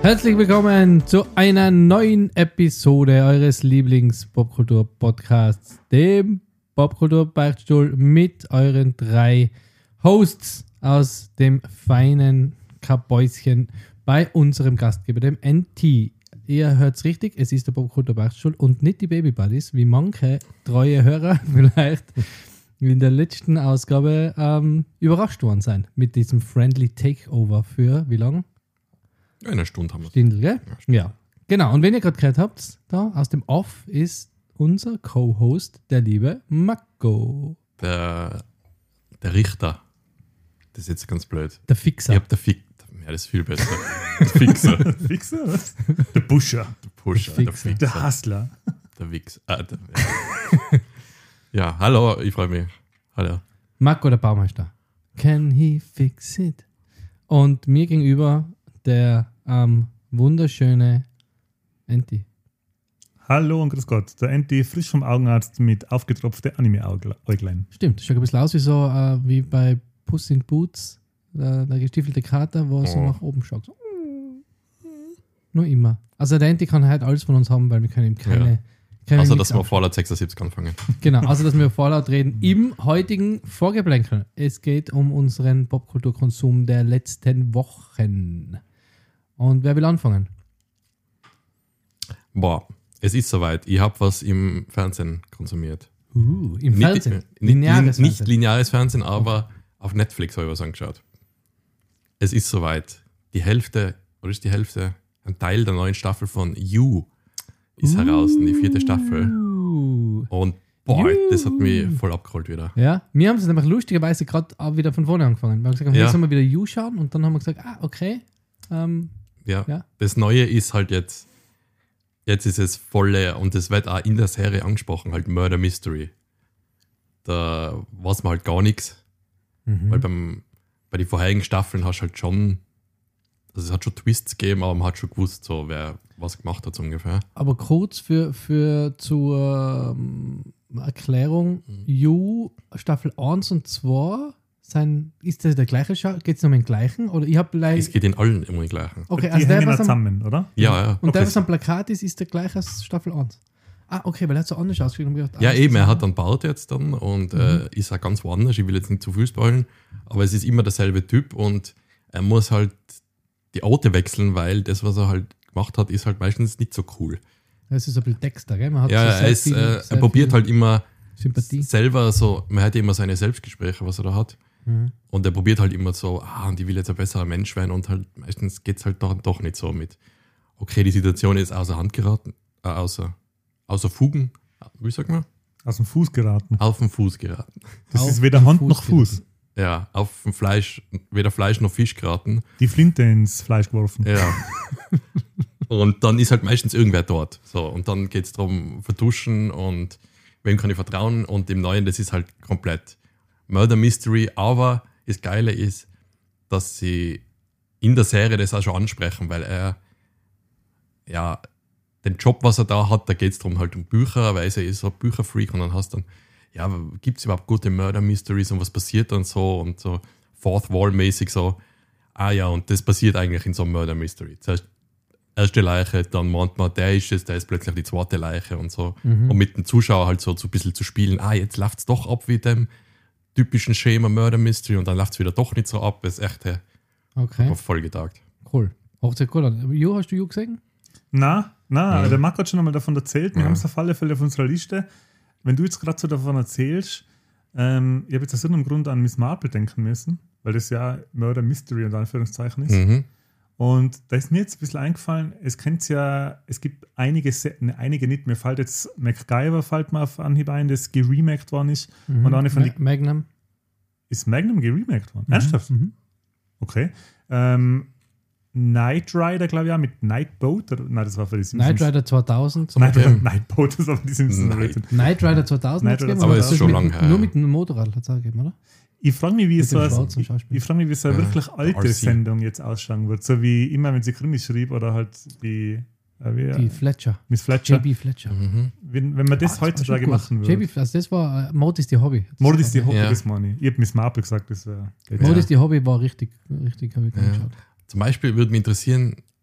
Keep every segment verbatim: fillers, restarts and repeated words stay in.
Herzlich willkommen zu einer neuen Episode eures Lieblings-Popkultur-Podcasts, dem Popkultur-Beichtstuhl mit euren drei Hosts aus dem feinen Kabäuschen bei unserem Gastgeber, dem N T. Ihr hört's richtig, es ist der Popkultur-Beichtstuhl und nicht die Baby Buddies, wie manche treue Hörer vielleicht in der letzten Ausgabe ähm, überrascht worden sein mit diesem Friendly Takeover für, wie lange? Eine Stunde haben wir. Stindl, gell? Ja, Stindl. Ja. Genau, und wenn ihr gerade gehört habt, da aus dem Off ist unser Co-Host, der liebe Marco. Der, der Richter. Das ist jetzt ganz blöd. Der Fixer. Ich hab der Fixer. Ja, das ist viel besser. Der Fixer. Der Fixer? Was? Der Pusher. Pusher. Der Der Fixer. Fixer. Der Hustler. Der Wichser. Ah, der, ja. Ja, hallo, ich freue mich. Hallo. Marco, der Baumeister. Can he fix it? Und mir gegenüber der ähm, wunderschöne Enti. Hallo und grüß Gott. Der Enti frisch vom Augenarzt mit aufgetropfte Anime-Äuglein. Stimmt, schaut ein bisschen aus wie so äh, wie bei Puss in Boots, der, der gestiefelte Kater, wo er so Oh. nach oben schaut. So. Nur immer. Also der Enti kann halt alles von uns haben, weil wir können ihm keine... Ja. keine Also, nichts dass wir absch- Fallout sechsundsiebzig anfangen. Genau, also dass wir vorlaut reden im heutigen Vorgeplänkel. Es geht um unseren Popkulturkonsum der letzten Wochen. Und wer will anfangen? Boah, es ist soweit. Ich habe was im Fernsehen konsumiert. Uh, Im Nicht- Fernsehen. Nicht, Lineares nicht Fernsehen. lineares Fernsehen, aber auf Netflix habe ich was angeschaut. Es ist soweit. Die Hälfte, oder ist die Hälfte, ein Teil der neuen Staffel von You ist heraus, die vierte Staffel. Uh. Und boah, You. das hat mich voll abgeholt wieder. Ja, wir haben es nämlich lustigerweise gerade auch wieder von vorne angefangen. Wir haben gesagt, Ja. jetzt sollen wir wieder You schauen und dann haben wir gesagt, ah, okay. Ähm, Ja. Ja. Das Neue ist halt jetzt, jetzt ist es volle, und das wird auch in der Serie angesprochen, halt Murder Mystery. Da weiß man halt gar nichts, mhm. weil beim, bei den vorherigen Staffeln hast du halt schon, also es hat schon Twists gegeben, aber man hat schon gewusst, so wer was gemacht hat so ungefähr. Aber kurz für, für zur ähm, Erklärung, You Staffel eins und zwei, sein, ist das der gleiche Schau? Geht es noch um den gleichen? Oder ich habe Es geht in allen immer die gleichen. Okay, Die also der, hängen was da am, zusammen, oder? Ja, ja. und der, Okay. was am Plakat ist, ist der gleiche als Staffel eins. Ah, okay, weil er hat so anders ausgeschaut. Und ich gedacht, Ja, ah, eben, das er ist- hat dann Bart jetzt dann und äh, ist auch ganz woanders. Ich will jetzt nicht zu viel spoilern, aber es ist immer derselbe Typ und er muss halt die Orte wechseln, weil das, was er halt gemacht hat, ist halt meistens nicht so cool. Das ist ein bisschen Dexter, gell? Man hat Ja, so er, sehr ist, viel- äh, sehr er probiert viel halt immer Sympathie. selber so, man hat ja immer seine Selbstgespräche, was er da hat. Mhm. Und er probiert halt immer so, ah, und ich will jetzt ein besserer Mensch werden und halt meistens geht es halt dann doch nicht so mit, okay, die Situation ist außer Hand geraten, äh, außer, außer Fugen, wie sagt man? Aus dem Fuß geraten. Auf den Fuß geraten. Das Auf ist weder den Hand Fuß noch Fuß. Ja, auf dem Fleisch, weder Fleisch noch Fisch geraten. Die Flinte ins Fleisch geworfen. Ja. Und dann ist halt meistens irgendwer dort. So, und dann geht es darum, vertuschen und wem kann ich vertrauen. Und im Neuen, das ist halt komplett Murder Mystery. Aber das Geile ist, dass sie in der Serie das auch schon ansprechen, weil er, ja, den Job, was er da hat, da geht es darum halt um Bücher, weil er ist so ein Bücherfreak und dann hast du dann, ja, gibt es überhaupt gute Murder Mysteries und was passiert dann so und so Fourth Wall-mäßig so, ah ja, und das passiert eigentlich in so einem Murder Mystery. Zuerst erste Leiche, dann meint man, der ist es, der ist plötzlich die zweite Leiche und so. Mhm. Und mit dem Zuschauer halt so, so ein bisschen zu spielen, ah, jetzt läuft es doch ab wie dem typischen Schema Murder Mystery und dann läuft es wieder doch nicht so ab. Das ist echt äh, Okay, voll getaugt. cool. Auch sehr cool an. You, hast du You gesehen? Na, na, Ja. der Marc hat schon einmal davon erzählt. Wir Ja. haben es auf alle Fälle auf unserer Liste. Wenn du jetzt gerade so davon erzählst, ähm, ich habe jetzt aus irgendeinem Grund an Miss Marple denken müssen, weil das ja Murder Mystery unter Anführungszeichen ist. Mhm. Und da ist mir jetzt ein bisschen eingefallen, es kennt ja, es gibt einige, Se- ne, einige nicht, mir fällt jetzt MacGyver, fällt mir auf Anhieb ein, das geremaked worden ist. Mhm. Und eine von Ma- die, Magnum. ist Magnum geremaked worden? Mhm. Ernsthaft? Mhm. Okay. Ähm, Knight Rider, glaube ich, auch mit Nightboat. Oder, nein, das war für die Simpsons. Knight Rider zweitausend. Night, Okay. Nightboat, das war für die Simpsons. Night. Knight Rider zweitausend. Knight hat's Rider gegeben, Aber oder? ist Das schon mit- lang her. Nur mit einem Motorrad hat es auch gegeben, oder? Ich frage mich, wie Mit so dem eine, schwarzen ich, Schauspieler. ich frage mich, wie so eine Ja, wirklich alte R C. Sendung jetzt ausschauen wird. So wie immer, wenn sie Krimis schrieb oder halt die, äh, wie, Die Fletcher. Miss Fletcher. J B Fletcher. Mhm. Wenn, wenn man das Ah, das war heutzutage schon gut. machen J würde. B, also das war, äh, Mord ist die Hobby. Mord ist die Hobby, Ja. das meine ich. Ich habe Miss Marple gesagt, das wäre. Mord ist die Hobby war richtig, richtig, habe ich Ja. angeschaut. Zum Beispiel würde mich interessieren,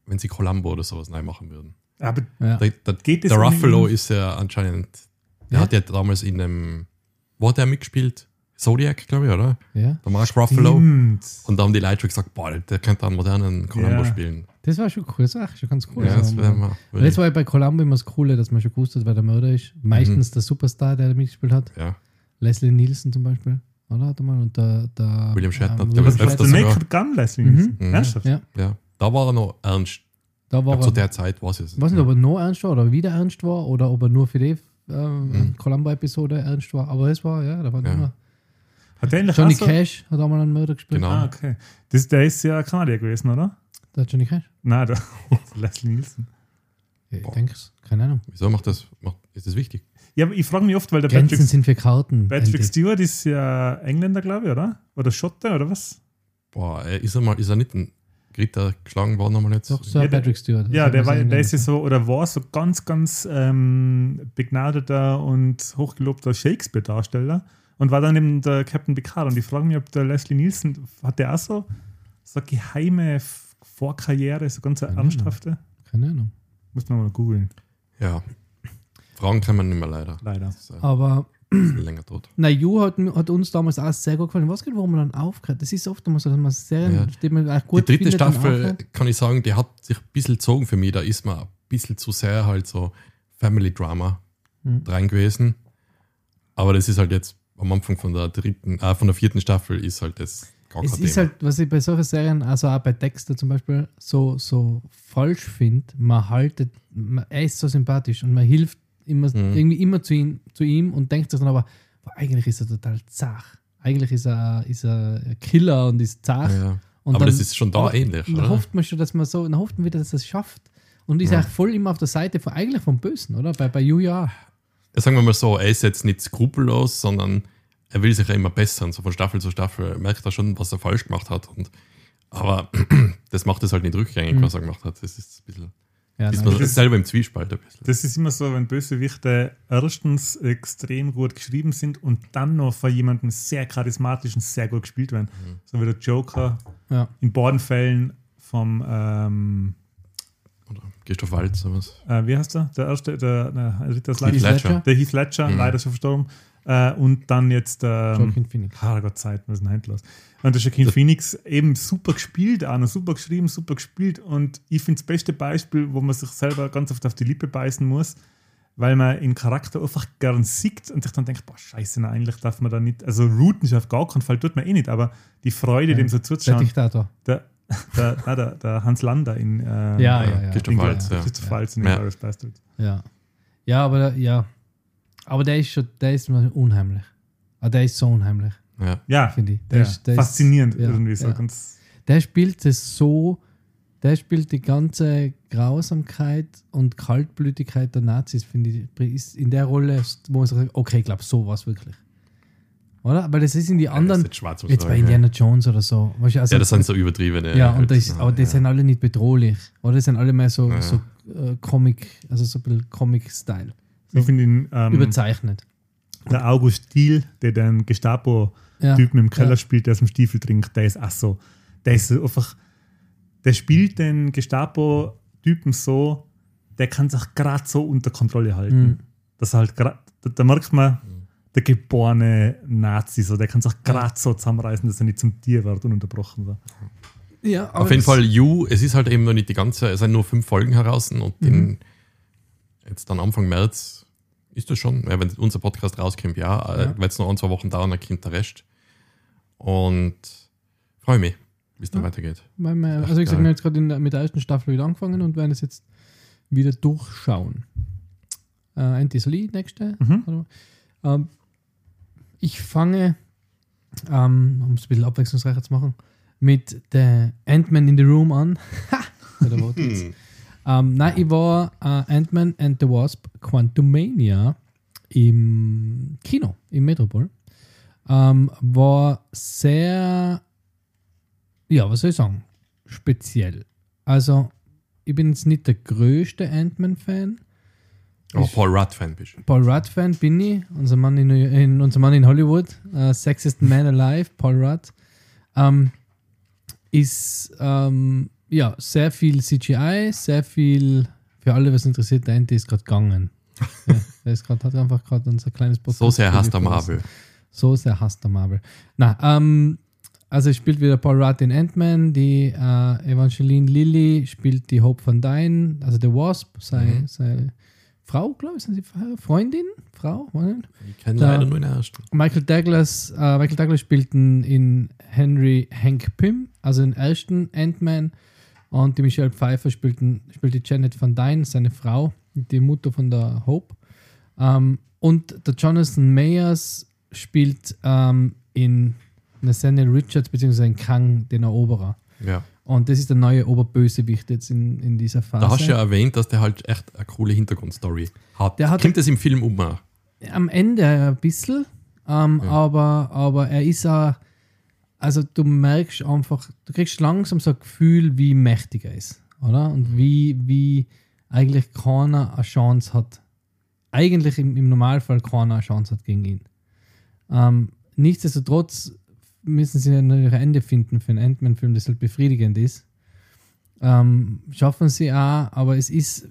wenn sie Columbo oder sowas neu machen würden. Aber Ja. Der, der, Geht es der um Ruffalo ihn? ist ja anscheinend, der Ja. hat ja damals in dem, wo hat der mitgespielt? Zodiac, glaube ich, oder? Ja. Der Mark Ruffalo. Stimmt. Und da haben die Leute schon gesagt, boah, der könnte einen modernen Columbo Ja. spielen. Das war schon cool, das war schon ganz cool. Ja, das So, wäre mal. und das war ja bei Columbo immer das Coole, dass man schon gewusst hat, wer der Mörder ist. Meistens der Superstar, der da mitgespielt hat. Ja. Leslie Nielsen zum Beispiel. Oder? Hat er mal. Und der, der, William Shatner, ähm, der William war Was öfters Shatner. der sogar. Naked Gun Leslie Mhm. Nielsen? Mhm. Ernsthaft? Ja, Ja. Da war er noch ernst. da Ich war glaub, er. zu der Zeit war es es. Ich weiß nicht, ob er noch ernst war oder wieder ernst war oder ob er nur für die ähm, Mhm. Columbo-Episode ernst war. Aber es war, ja, da war Ja. immer. Hat der eigentlich Johnny auch so- Cash hat auch mal einen Mörder gespielt. Genau. Ah, okay. Das, der ist ja Kanadier gewesen, oder? Der Johnny Cash? Nein, der Leslie Nielsen. Ja, ich Boah. denke es. Keine Ahnung. Wieso macht das, macht, ist das wichtig? Ja, aber ich frage mich oft, weil der Grenzen Patrick, sind für Karten. Patrick Andy. Stewart ist ja Engländer, glaube ich, oder? Oder Schotte, oder was? Boah, ey, ist er mal, ist er nicht ein Ritter geschlagen worden nochmal jetzt? Doch, Sir Ja, der- Patrick Stewart. Ja, Das der, muss war, ich der ist ja nennen. so, oder war so ganz, ganz ähm, begnadeter und hochgelobter Shakespeare-Darsteller und war dann eben der Captain Picard. Und ich frage mich, ob der Leslie Nielsen, hat der auch so, so eine geheime F- Vorkarriere, so ganz eine Keine Ahnung. ernsthafte? Keine Ahnung. Muss man mal googeln, Ja. Fragen kann man nicht mehr leider. leider. Das ist, äh, Aber länger tot. na, You hat, hat uns damals auch sehr gut gefallen. Was geht, warum man dann aufgehört? Das ist oft immer so, dass man Serien, Ja. die man auch gut Die dritte findet, dann Staffel, aufhört. kann ich sagen, die hat sich ein bisschen gezogen für mich. Da ist man ein bisschen zu sehr halt so Family Drama Mhm. dran gewesen. Aber das ist halt jetzt am Anfang von der dritten, äh, von der vierten Staffel ist halt das gar Es kein ist Thema. halt, was ich bei solchen Serien, also auch bei Dexter zum Beispiel, so, so falsch finde, man haltet, man, er ist so sympathisch und man hilft immer, Mhm. irgendwie immer zu ihm, zu ihm und denkt sich dann aber, boah, eigentlich ist er total zach. Eigentlich ist er, ist er ein Killer und ist zach. ja. Und Aber dann, das ist schon da aber ähnlich, Dann oder? hofft man schon, dass man so, dann hofft man wieder, dass er es schafft. Und ist Ja. ja. voll immer auf der Seite von, eigentlich vom Bösen, oder? Bei, bei Yu ja. Ja, sagen wir mal so, er ist jetzt nicht skrupellos, sondern er will sich ja immer bessern. So von Staffel zu Staffel merkt er schon, was er falsch gemacht hat. Und, aber das macht es halt nicht rückgängig, Mhm. was er gemacht hat. Das ist ein bisschen, ja ist nein. man selber im Zwiespalt ein bisschen. Das ist immer so, wenn Bösewichte erstens extrem gut geschrieben sind und dann noch von jemandem sehr charismatischen sehr gut gespielt werden. Mhm. So wie der Joker ja. in beiden Fällen vom, ähm, Oder Christoph Waltz, sowas. äh, wie heißt der? Der erste, der, der Ritter Heath Ledger. Der Heath Ledger, Mhm. leider schon verstorben. Äh, und dann jetzt ähm, Joaquin Phoenix. Herrgott, Zeit, was ist denn heute los? Und der Joaquin Phoenix eben super gespielt, auch noch super geschrieben, super gespielt. Und ich finde das beste Beispiel, wo man sich selber ganz oft auf die Lippe beißen muss, weil man in Charakter einfach gern sieht und sich dann denkt, boah, scheiße, na, eigentlich darf man da nicht, also routen ist auf gar keinen Fall, tut man eh nicht, aber die Freude, Ja. dem so Der zuzuschauen, Diktator. der, der, nein, der, der Hans Lander in Ja, äh, ja, ja. Christoph in Waltz, ja. Christoph Ja. Waltz in Ja. Inglourious Basterds. Ja. Ja, aber ja. Aber der ist schon, der ist mir unheimlich. Ah, der ist so unheimlich, Ja. Ja, finde ich. Der ja. ist, der faszinierend ist, ja, irgendwie so ja. ganz. Der spielt es so, der spielt die ganze Grausamkeit und Kaltblütigkeit der Nazis, finde ich, ist in der Rolle, wo man sagt, okay, ich glaube, so war es wirklich. Oder? Aber das ist in die Ja, anderen, das ist jetzt schwarz, muss jetzt ich bei sagen, Indiana Jones oder so. Weißt du, also, Ja, das sind so übertriebene. ja, und halt, das, aber die ja. sind alle nicht bedrohlich. Oder die sind alle mehr so, Ja. so äh, Comic, also so ein bisschen Comic-Style. Ich finde ihn, ähm, Überzeichnet. der August Diehl, der den Gestapo-Typen Ja. im Keller Ja. spielt, der aus dem Stiefel trinkt, der ist auch so. Der ist so einfach, der spielt den Gestapo-Typen so, der kann sich gerade so unter Kontrolle halten. Mhm. Das halt grad, da, da merkt man, der geborene Nazi, so, der kann sich gerade so zusammenreißen, dass er nicht zum Tier wird, ununterbrochen wird. Ja, aber Auf jeden das- Fall, You, es ist halt eben noch nicht die ganze, es sind nur fünf Folgen heraus und Mhm. den, jetzt dann Anfang März ist das schon, ja, wenn unser Podcast rauskommt, ja, äh, Ja. wird es noch ein, zwei Wochen dauern, dann kommt der Rest. Und freue mich, wie es dann Ja. weitergeht. Weil wir, Ach, also wie gesagt, geil. wir haben jetzt gerade in der- mit der ersten Staffel wieder angefangen und werden es jetzt wieder durchschauen. Äh, Andy Lee, nächste. Mhm. Oder? Ähm, ich fange, ähm, um es ein bisschen abwechslungsreicher zu machen, mit der Ant-Man in the Room an. Ha! Oder Wortwitz. Hm. Ähm, nein, ich war äh, Ant-Man and the Wasp Quantumania im Kino, im Metropol. Ähm, war sehr, ja, was soll ich sagen, speziell. Also, ich bin jetzt nicht der größte Ant-Man-Fan. Aber Ich- Paul Rudd-Fan bist du. Paul Rudd-Fan bin ich, unser Mann in, in, unser Mann in Hollywood, uh, Sexiest Man Alive, Paul Rudd. Ähm, ist, ähm, ja, sehr viel C G I, sehr viel, für alle, was interessiert, der Ente ist gerade gegangen. Ja, der ist grad, hat einfach gerade unser kleines Podcast. So sehr hasst er Marvel. So sehr hasst er Marvel. Na, ähm, also spielt wieder Paul Rudd in Ant-Man, die äh, Evangeline Lilly spielt die Hope Van Dyne, also The Wasp, seine, mhm. seine Frau, glaube ich, sind sie verheiratet? Freundin? Frau? Ich kenne leider nur den ersten. Michael Douglas, äh, Michael Douglas spielt in, in Henry Hank Pym, also den ersten Ant-Man, und die Michelle Pfeiffer spielt, in, spielt die Janet Van Dyne, seine Frau, die Mutter von der Hope. Ähm, und der Jonathan Mayers spielt ähm, in Nathaniel Richards bzw. in Kang, den Eroberer. Ja. Und das ist der neue Oberbösewicht jetzt in, in dieser Phase. Da hast du ja erwähnt, dass der halt echt eine coole Hintergrundstory hat. Der hat Kommt das im Film um? Am Ende ein bisschen, ähm, Ja. aber, aber er ist auch, also du merkst einfach, du kriegst langsam so ein Gefühl, wie mächtig er ist, oder? Und wie, wie eigentlich keiner eine Chance hat, eigentlich im, im Normalfall keiner eine Chance hat gegen ihn. Ähm, nichtsdestotrotz müssen sie natürlich ein Ende finden für einen Ant-Man-Film, das halt befriedigend ist. Ähm, schaffen sie auch, aber es ist,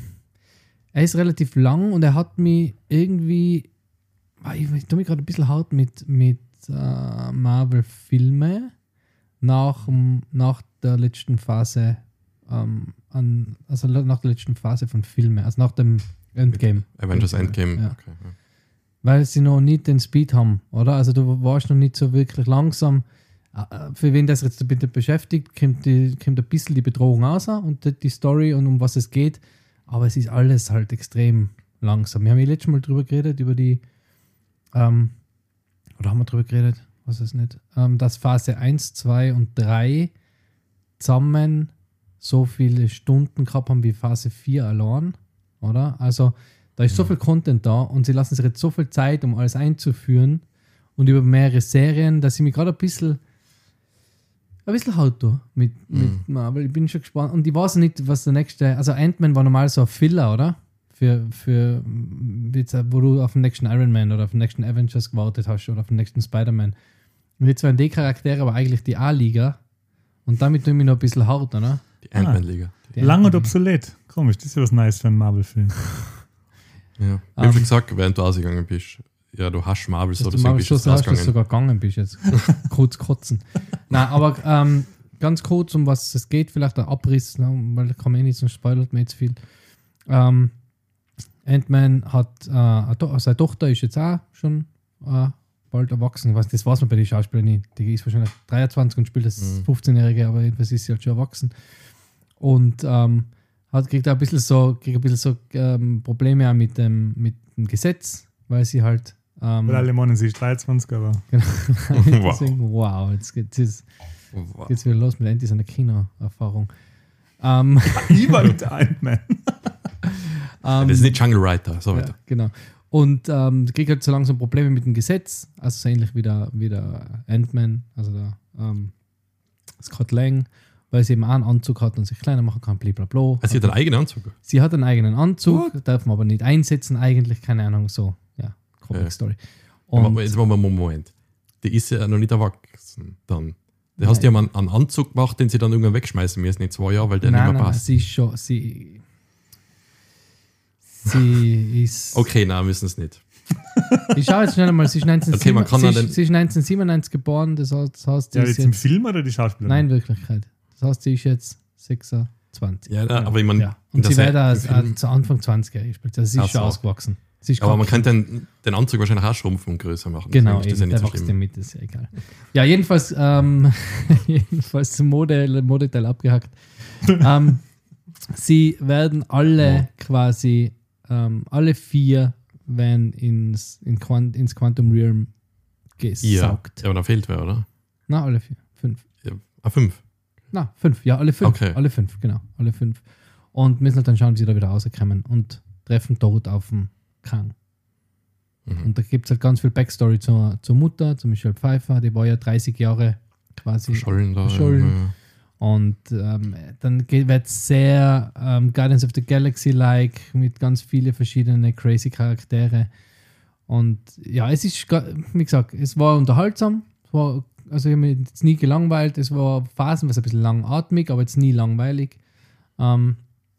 er ist relativ lang und er hat mich irgendwie, ich, ich tue mich gerade ein bisschen hart mit, mit äh, Marvel-Filmen nach, nach der letzten Phase, ähm, an, also nach der letzten Phase von Filmen, also nach dem Endgame. Avengers Endgame, ja. Okay, ja. Weil sie noch nicht den Speed haben, oder? Also du warst noch nicht so wirklich langsam. Für wen das jetzt bitte beschäftigt, kommt, die, kommt ein bisschen die Bedrohung raus und die, die Story und um was es geht. Aber es ist alles halt extrem langsam. Wir haben ja letztes Mal drüber geredet, über die, ähm, oder haben wir drüber geredet? Was ist nicht? Ähm, dass Phase eins, zwei und drei zusammen so viele Stunden gehabt haben wie Phase vier allein, oder? Also da ist so viel Content da und sie lassen sich jetzt so viel Zeit, um alles einzuführen und über mehrere Serien, dass ich mich gerade ein bisschen ein bisschen halt da mit, Mhm. mit Marvel. Ich bin schon gespannt. Und ich weiß nicht, was der nächste, also Ant-Man war normal so ein Filler, oder? Für, für jetzt, wo du auf den nächsten Iron Man oder auf den nächsten Avengers gewartet hast oder auf den nächsten Spider-Man. Und jetzt waren die Charaktere aber eigentlich die A-Liga und damit tue ich mich noch ein bisschen hart, oder? Die Ant-Man-Liga. Die Lang und Ant-Man- obsolet. Komisch, das ist ja was Nice für einen Marvel-Film. Ja. Ähm, Wie viel gesagt, während du ausgegangen bist? Ja, du hast Marvel so Dass oder du so mal bist schon du so hast, dass du ausgegangen. sogar gegangen bist jetzt. Kurz kotzen. Nein, aber ähm, ganz kurz, um was es geht, vielleicht ein Abriss, ne, weil da kann man eh nicht, sonst spoilert mir jetzt viel. Ähm, Ant-Man hat, äh, eine To- seine Tochter ist jetzt auch schon äh, bald erwachsen. Was, das weiß man bei den Schauspielern nicht. Die ist wahrscheinlich dreiundzwanzig und spielt das Mhm. fünfzehnjährige, aber jedenfalls ist sie halt schon erwachsen. Und ähm, hat, kriegt auch ein bisschen so, kriegt ein bisschen so ähm, Probleme auch mit dem, mit dem Gesetz, weil sie halt ähm, Weil alle meinen, sie ist dreiundzwanzig, aber Genau. Deswegen, wow, jetzt geht's, jetzt Wow. geht's wieder los mit endlich so einer Kinoerfahrung. Ähm, ich war mit Ant-Man. ähm, Das ist nicht Jungle Writer, so ja, weiter. genau. Und ähm, kriegt halt so langsam Probleme mit dem Gesetz, also so ähnlich wie der, wie der Ant-Man, also der ähm, Scott Lang, weil sie eben auch einen Anzug hat und sich kleiner machen kann, blablabla. Also sie hat einen eigenen Anzug. Sie hat einen eigenen Anzug, darf man aber nicht einsetzen, eigentlich, keine Ahnung, so, ja, Comic Ja. Story. Aber Und jetzt machen wir mal einen Moment. Die ist ja noch nicht erwachsen dann. Du hast Nein. ja einen, einen Anzug gemacht, den sie dann irgendwann wegschmeißen müssen in zwei Jahren, weil der nein, nicht nein, mehr nein, passt. sie ist schon, sie, sie ist, Okay, nein, müssen es nicht. ich schaue jetzt schnell mal, sie ist, Okay, man kann sie, dann ist, den- sie ist neunzehnhiebenundneunzig geboren, das heißt, das heißt sie Ja, ist jetzt im jetzt, Film oder die Schauspielerin? nein, in Wirklichkeit. Das heißt, sie ist jetzt sechsundzwanzig. Ja, aber ich meine, Ja. Und sie das- wird als, im Film- als zu Anfang zwanziger gespielt. Also sie ist Ach schon so. ausgewachsen. Sie ist aber man cocky. kann den, den Anzug wahrscheinlich auch schrumpfen und größer machen. Genau, Deswegen ist das ja eben, nicht der so wächst ja schlimm. mit, ist ja egal. Ja, jedenfalls, ähm, jedenfalls zum Mode, Modeteil abgehackt. ähm, sie werden alle quasi, ähm, alle vier werden ins, in Quant, ins Quantum Realm Ja. gesaugt. ja, aber da fehlt wer, oder? Na, alle vier. Fünf. Ja. Ah, fünf. Na, fünf. Ja, alle fünf. Okay. Alle fünf, genau. Alle fünf. Und müssen halt dann schauen, wie sie da wieder rauskommen und treffen dort auf dem Kang. Mhm. Und da gibt es halt ganz viel Backstory zur, zur Mutter, zu Michelle Pfeiffer, die war ja dreißig Jahre quasi. Verschollen da. Verschollen. Ja. Und ähm, dann wird es sehr ähm, Guardians of the Galaxy-like mit ganz vielen verschiedenen crazy Charaktere. Und ja, es ist, ga- wie gesagt, es war unterhaltsam, es war also ich habe mich jetzt nie gelangweilt. Es war phasenweise ein bisschen langatmig, aber jetzt nie langweilig. Ähm,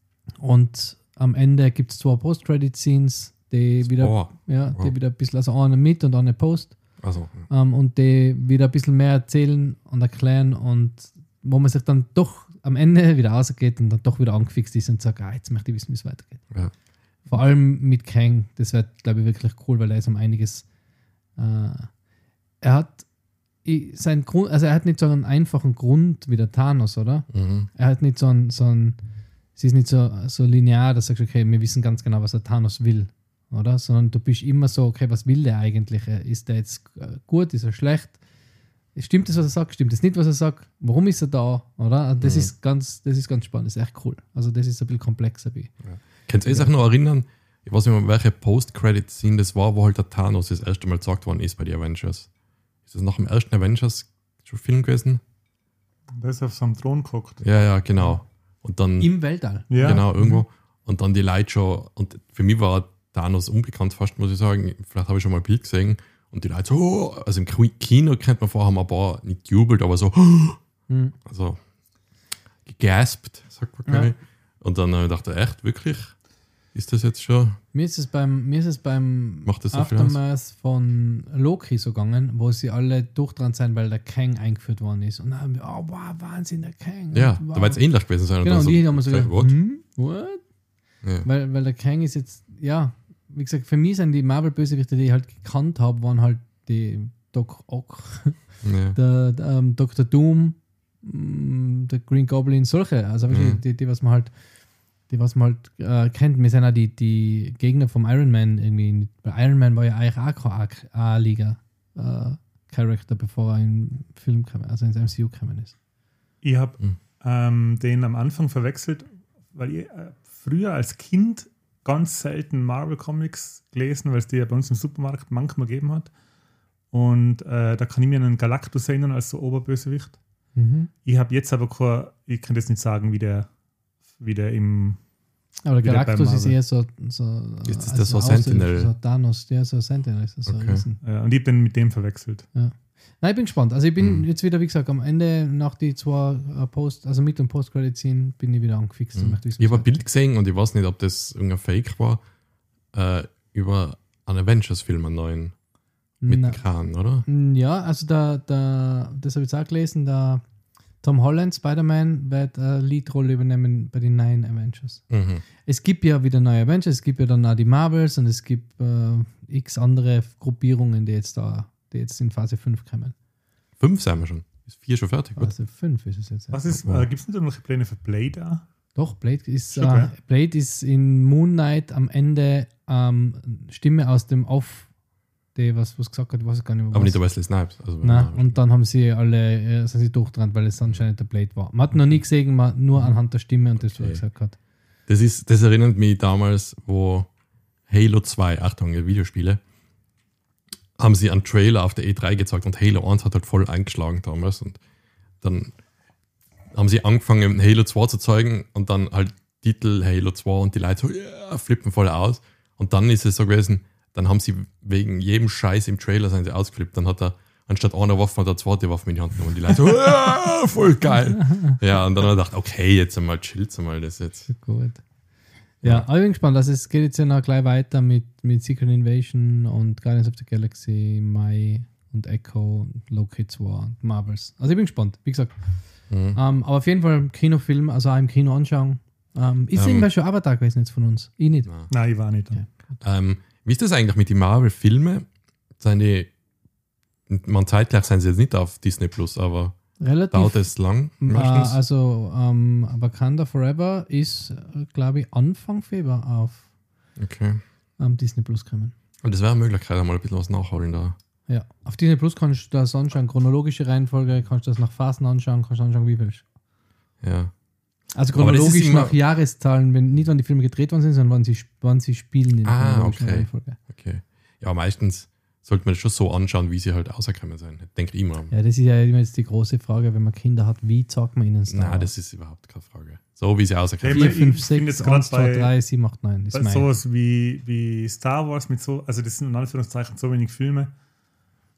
und am Ende gibt es zwei Post-Credit-Scenes, die wieder, Oh. ja, die Wow. wieder ein bisschen, also eine mit und eine Post. Also, Ähm, und die wieder ein bisschen mehr erzählen und erklären und wo man sich dann doch am Ende wieder rausgeht und dann doch wieder angefixt ist und sagt, ah, jetzt möchte ich wissen, wie es weitergeht. ja. Vor allem mit Kang, das wird, glaube ich, wirklich cool, weil er ist um einiges. Äh, er hat ich, sein Grund, also er hat nicht so einen einfachen Grund wie der Thanos, oder? Mhm. Er hat nicht so einen, so einen es ist nicht so, so linear, dass du sagst, okay, wir wissen ganz genau, was der Thanos will, oder? Sondern du bist immer so, okay, was will der eigentlich? Ist der jetzt gut, ist er schlecht? Stimmt das, was er sagt? Stimmt das nicht, was er sagt? Warum ist er da? Oder? Und das, Mhm. ist ganz, das ist ganz spannend, das ist echt cool. Also das ist ein bisschen komplexer wie. Könnt ihr euch auch noch erinnern, ich weiß nicht mehr, welche Post-Credit-Scene das war, wo halt der Thanos das erste Mal gesagt worden ist bei den Avengers. Ist das nach dem ersten Avengers-Film gewesen? Der ist auf so einem Thron geguckt. Ja, ja, genau. Und dann, Im Weltall. Ja. genau, irgendwo. Und dann die Leute schon, und für mich war Thanos unbekannt fast, muss ich sagen. Vielleicht habe ich schon mal ein Bild gesehen. Und die Leute so, oh, also im Kino kennt man vorher haben ein paar nicht gejubelt, aber so, Mhm. also gegaspt, sagt man, glaube ich. Und dann habe ich gedacht, echt, wirklich? Ist das jetzt schon? Mir ist es beim, mir ist es beim Macht das so viel aus? Aftermath von Loki so gegangen, wo sie alle durchdran sein, weil der Kang eingeführt worden ist. Und dann haben wir, oh wow, Wahnsinn, der Kang. Ja, und, wow. da wird es ähnlich gewesen sein. Genau, dann und die haben so okay, gedacht, what? hm, what? Ja. Weil, weil der Kang ist jetzt, ja, wie gesagt, für mich sind die Marvel-Bösewichte, die ich halt gekannt habe, waren halt die Doc Ock, Ja. der, der ähm, Doktor Doom, mh, der Green Goblin, solche. Also wirklich Mhm. die, die, was man halt, die, was man halt äh, kennt. Wir sind ja die, die Gegner vom Iron Man irgendwie. Bei Iron Man war ja eigentlich auch kein A-Liga äh, Charakter, bevor er in den Film kam, also ins M C U gekommen ist. Ich habe Mhm. ähm, den am Anfang verwechselt, weil ich äh, früher als Kind ganz selten Marvel-Comics gelesen, weil es die ja bei uns im Supermarkt manchmal gegeben hat. Und äh, da kann ich mir einen Galactus erinnern als so Oberbösewicht. Mhm. Ich habe jetzt aber kein, ich kann jetzt nicht sagen, wie der, wie der im. Aber der Wieder bei Galactus ist Marvel. eher so. so Ist das also der so aussieht, Sentinel? So Thanos, der so Sentinel ist. Das so Okay. riesen. Äh, und ich habe den mit dem verwechselt. Nein, ich bin gespannt. Also ich bin Mhm. jetzt wieder, wie gesagt, am Ende nach die zwei äh, Post, also mit dem Post-Credit-Scene bin ich wieder angefixt. und Mhm. möchte wissen, Ich habe was ein Bild gesehen und ich weiß nicht, ob das irgendein Fake war, äh, über einen Avengers-Film, einen neuen, mit Na, dem Khan, oder? Ja, also da, da, das habe ich jetzt auch gelesen, der Tom Holland, Spider-Man, wird eine Lead-Rolle übernehmen bei den neuen Avengers. Mhm. Es gibt ja wieder neue Avengers, es gibt ja dann auch die Marvels und es gibt äh, x andere Gruppierungen, die jetzt da, die jetzt in Phase fünf kommen. Fünf sind wir schon. Ist vier schon fertig, oder? Phase fünf ist es jetzt. Ja. Was ist, Ja. äh, gibt es nicht irgendwelche Pläne für Blade auch? Doch, Blade ist, Schon, äh, gell? Blade ist in Moon Knight am Ende ähm, Stimme aus dem Off, die was, was gesagt hat, ich weiß gar nicht mehr. Aber was. nicht der Wesley Snipes. Also, Nein, und dann haben sie alle, äh, sind sie durchtrennt, weil es anscheinend der Blade war. Man hat noch nie gesehen, man nur anhand der Stimme und das, was er Okay. gesagt hat. das, ist, das erinnert mich damals, wo Halo zwei, Achtung, Videospiele, haben sie einen Trailer auf der E drei gezeigt und Halo eins hat halt voll eingeschlagen damals. Und dann haben sie angefangen, Halo zwei zu zeigen und dann halt Titel Halo zwei und die Leute so, yeah, flippen voll aus. Und dann ist es so gewesen, dann haben sie wegen jedem Scheiß im Trailer sind sie ausgeflippt. Dann hat er anstatt einer Waffe hat er eine zweite Waffe in die Hand genommen und die Leute so, yeah, voll geil. Ja, und dann habe ich gedacht, okay, jetzt einmal chillt mal das jetzt. Gut. Ja, aber ich bin gespannt. Also es geht jetzt ja noch gleich weiter mit, mit Secret Invasion und Guardians of the Galaxy im Mai und Echo und Loki zwei und Marvels. Also ich bin gespannt, wie gesagt. Mhm. Ähm, aber auf jeden Fall Kinofilm, also auch im Kino anschauen. Ähm, ist Ähm, irgendwer schon Avatar gewesen jetzt von uns? Ich nicht. Nein. Nein, ich war nicht. Ja. Ähm, wie ist das eigentlich mit den Marvel-Filmen? Sind die, man zeitgleich sind sie jetzt nicht auf Disney Plus, aber Relativ. dauert es lang Äh, meistens? also ähm, Wakanda Forever ist, äh, glaube ich, Anfang Februar auf Okay. ähm, Disney Plus kommen. Und das wäre eine Möglichkeit, einmal ein bisschen was nachholen da. Ja, auf Disney Plus kannst du das anschauen, chronologische Reihenfolge, kannst du das nach Phasen anschauen, kannst du anschauen, wie willst. Ja. Also Aber das ist chronologisch immer- nach Jahreszahlen, wenn, nicht wann die Filme gedreht worden sind, sondern wann sie, wann sie spielen in der Ah, chronologischen okay. Reihenfolge. Okay. Ja, meistens sollte man das schon so anschauen, wie sie halt rausgekommen sind. Denkt immer. Ja, das ist ja immer jetzt die große Frage, wenn man Kinder hat, wie sagt man ihnen Star Nein, das ist überhaupt keine Frage. So wie sie rausgekommen Ja, vier, ich fünf, bin sechs, jetzt grad eins, zwei, bei- drei, sieben, acht, neun. Ist Weil mein. sowas wie, wie Star Wars mit so, also das sind in Anführungszeichen so wenig Filme.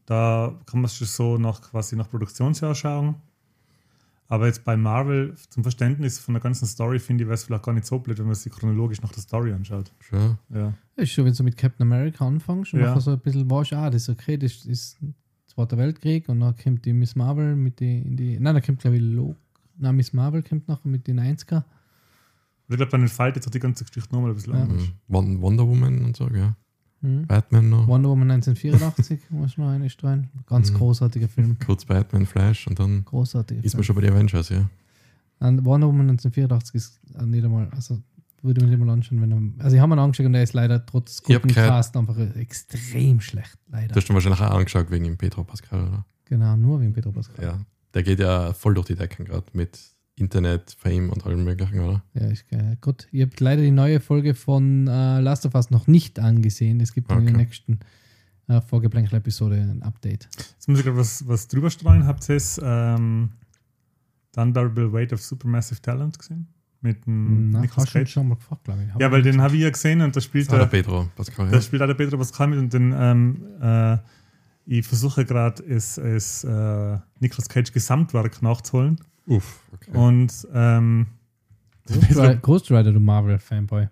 Da kann man es schon so nach, quasi nach Produktionsjahr schauen. Aber jetzt bei Marvel, zum Verständnis von der ganzen Story, finde ich, wäre es vielleicht gar nicht so blöd, wenn man sich chronologisch nach der Story anschaut. Schon. Ja. Ja, ist schon, wenn du mit Captain America anfängst und Ja. nachher so ein bisschen warst, ah, das ist okay, das ist Zweiter Weltkrieg und dann kommt die Miss Marvel mit die, in die, nein, da kommt glaube ich Lo, nein, Miss Marvel kommt nachher mit den neunziger. Und ich glaube, dann entfaltet sich die ganze Geschichte nochmal ein bisschen Ja. anders. Mhm. Won- Wonder Woman und so, ja. Mhm. Batman noch. Wonder Woman neunzehnhundertvierundachtzig, muss noch eine streuen. Ganz Mhm. großartiger Film. Kurz Batman, Flash und dann Großartiger ist man Film. schon bei den Avengers, ja. Und Wonder Woman neunzehnhundertvierundachtzig ist äh, nicht einmal, also würde man nicht mal anschauen, wenn er, also ich habe ihn angeschaut und der ist leider trotz Ich hab guten gehört- Cast einfach extrem schlecht, leider. Du hast ihn wahrscheinlich auch angeschaut wegen dem Pedro Pascal, oder? Genau, nur wegen Pedro Pascal. Ja. Der geht ja voll durch die Decken gerade mit Internet, Fame und allem möglichen, oder? Ja, ich, äh, gut. Ihr habt leider die neue Folge von äh, Last of Us noch nicht angesehen. Es gibt dann in der Okay. nächsten äh, Vorgeplänkel-Episode ein Update. Jetzt muss ich gerade was, was drüber streuen. Habt ihr es ähm, The Unbearable Weight of Supermassive Talent gesehen? Mit dem Na, Nicolas hast du Cage? schon mal gefragt, glaube ich. Hab Ja, ich weil nicht den habe ich ja gesehen und da spielt Das war der er. Pedro Pascal, Da ja. spielt auch der Pedro Pascal mit und den, ähm, äh, ich versuche gerade, es, es äh, Nicolas Cage Gesamtwerk nachzuholen. Uff, okay. Und, ähm, Ghost Rider, Ghost Rider, du Marvel-Fanboy.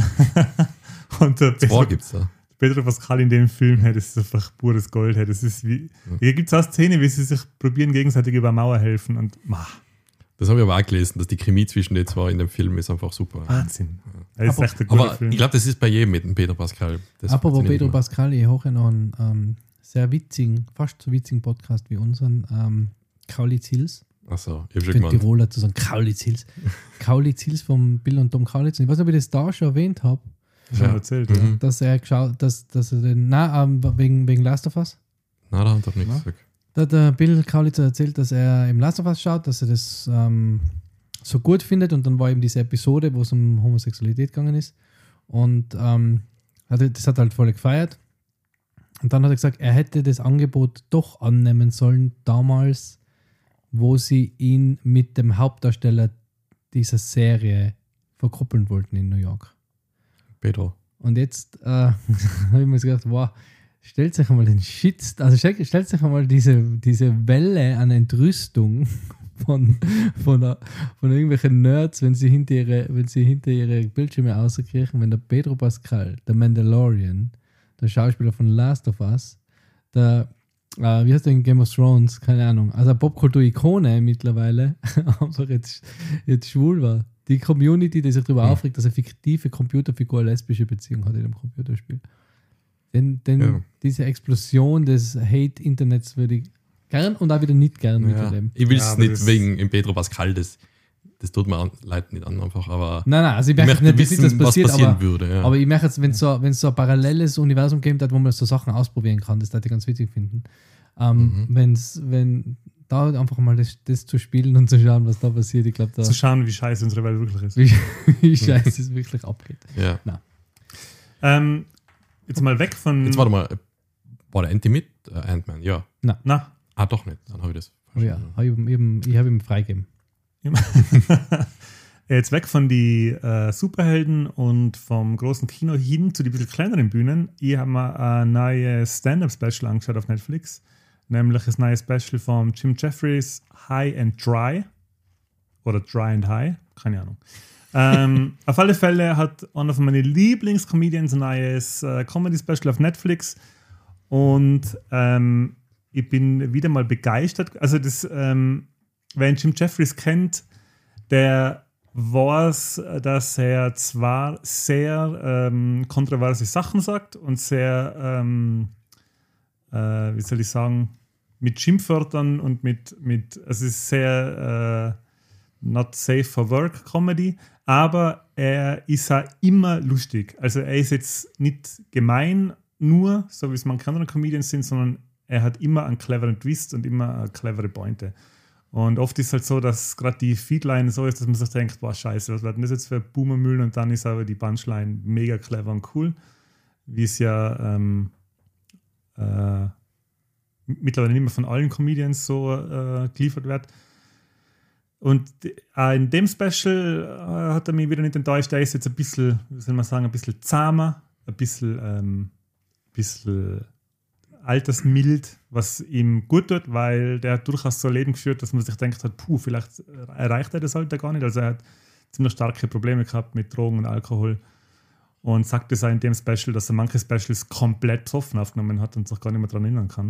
und der Zwei Pedro, gibt's da. Pedro Pascal in dem Film, hey, das ist einfach pures Gold. Hey, das ist wie, hier gibt es auch Szene, wie sie sich probieren, gegenseitig über eine Mauer helfen. Und mah, Das habe ich aber auch gelesen, dass die Chemie zwischen den zwei in dem Film ist einfach super. Wahnsinn. Das ist echt ein guter Aber Film. ich glaube, das ist bei jedem mit dem Pedro Pascal. Das Apropos funktioniert Pedro immer. Pascal, ich hoche noch einen ähm, sehr witzigen, fast so witzigen Podcast wie unseren, ähm, Kaulitz Hills. Achso, ich habe Ich schon bin gemeint. Tiroler zu sagen, Kaulitz Hills. Kaulitz Hills vom Bill und Tom Kaulitz. Ich weiß nicht, ob ich das da schon erwähnt habe, Schon Ja. erzählt, Mhm. dass er geschaut, dass, dass er den, na, ähm, wegen, wegen Last of Us. Nein, da hat er nichts Ja. gesagt. Da hat der Bill Kaulitz erzählt, dass er im Last of Us schaut, dass er das ähm, so gut findet und dann war eben diese Episode, wo es um Homosexualität gegangen ist und ähm, hat, er- das hat er halt voll gefeiert und dann hat er gesagt, er hätte das Angebot doch annehmen sollen damals, wo sie ihn mit dem Hauptdarsteller dieser Serie verkuppeln wollten in New York. Pedro. Und jetzt äh, habe ich mir so gedacht, wow, stellt sich einmal den Shit, also stellt, stellt sich einmal diese, diese Welle an Entrüstung von, von, der, von irgendwelchen Nerds, wenn sie hinter ihre, wenn sie hinter ihre Bildschirme auskriegen, wenn der Pedro Pascal, der Mandalorian, der Schauspieler von Last of Us, der, äh, wie heißt der in Game of Thrones, keine Ahnung, also eine Popkultur-Ikone mittlerweile, einfach jetzt, jetzt schwul war. Die Community, die sich darüber Mhm. aufregt, dass eine fiktive Computerfigur eine lesbische Beziehung hat in einem Computerspiel. Denn, denn Ja. diese Explosion des Hate-Internets würde ich gern und auch wieder nicht gern Ja. miterleben. Ich will Ja, es aber nicht das- wegen im Pedro Pascal, das, das tut mir an, leid nicht an, einfach, aber Nein, nein, also ich ich merke möchte nicht, dass wissen, das passiert, was passieren aber, würde. Ja. aber ich merke jetzt, wenn es so, wenn's so ein paralleles Universum gibt, wo man so Sachen ausprobieren kann, das würde ich ganz witzig finden. Ähm, Mhm. wenn's, wenn da einfach mal das, das zu spielen und zu schauen, was da passiert, ich glaube, da Zu schauen, wie scheiße unsere Welt wirklich ist. wie, wie scheiße es wirklich abgeht. ja. Ähm, jetzt mal weg von. Jetzt warte mal, war der Anti mit? Äh, Ant-Man, ja. Na, Ah, doch nicht, dann habe ich das Oh ja, hab ich, ihm eben, ich habe ihm freigegeben. jetzt weg von die äh, Superhelden und vom großen Kino hin zu die bisschen kleineren Bühnen. Ich habe mir ein neues Stand-Up-Special angeschaut auf Netflix, nämlich das neue Special von Jim Jeffries, High and Dry. Oder Dry and High, keine Ahnung. ähm, auf alle Fälle hat einer von meinen Lieblingscomedians ein neues äh, Comedy-Special auf Netflix und ähm, ich bin wieder mal begeistert. Also das, ähm, wer Jim Jeffries kennt, der weiß, dass er zwar sehr ähm, kontroverse Sachen sagt und sehr, ähm, äh, wie soll ich sagen, mit Schimpfwörtern und mit, mit also es ist sehr äh, not safe for work Comedy, aber er ist auch immer lustig. Also er ist jetzt nicht gemein nur, so wie es manche andere Comedians sind, sondern er hat immer einen cleveren Twist und immer eine clevere Pointe. Und oft ist es halt so, dass gerade die Feedline so ist, dass man sich denkt, boah, scheiße, was wird denn das jetzt für Boomermüll? Und dann ist aber die Punchline mega clever und cool, wie es ja ähm, äh, mittlerweile nicht mehr von allen Comedians so äh, geliefert wird. Und äh, in dem Special äh, hat er mich wieder nicht enttäuscht. Der ist jetzt ein bisschen, wie soll man sagen, ein bisschen zahmer, ein bisschen, ähm, bisschen altersmild, was ihm gut tut, weil der hat durchaus so ein Leben geführt, dass man sich denkt hat, puh, vielleicht erreicht er das halt gar nicht. Also er hat ziemlich starke Probleme gehabt mit Drogen und Alkohol und sagt es auch in dem Special, dass er manche Specials komplett besoffen aufgenommen hat und sich gar nicht mehr daran erinnern kann.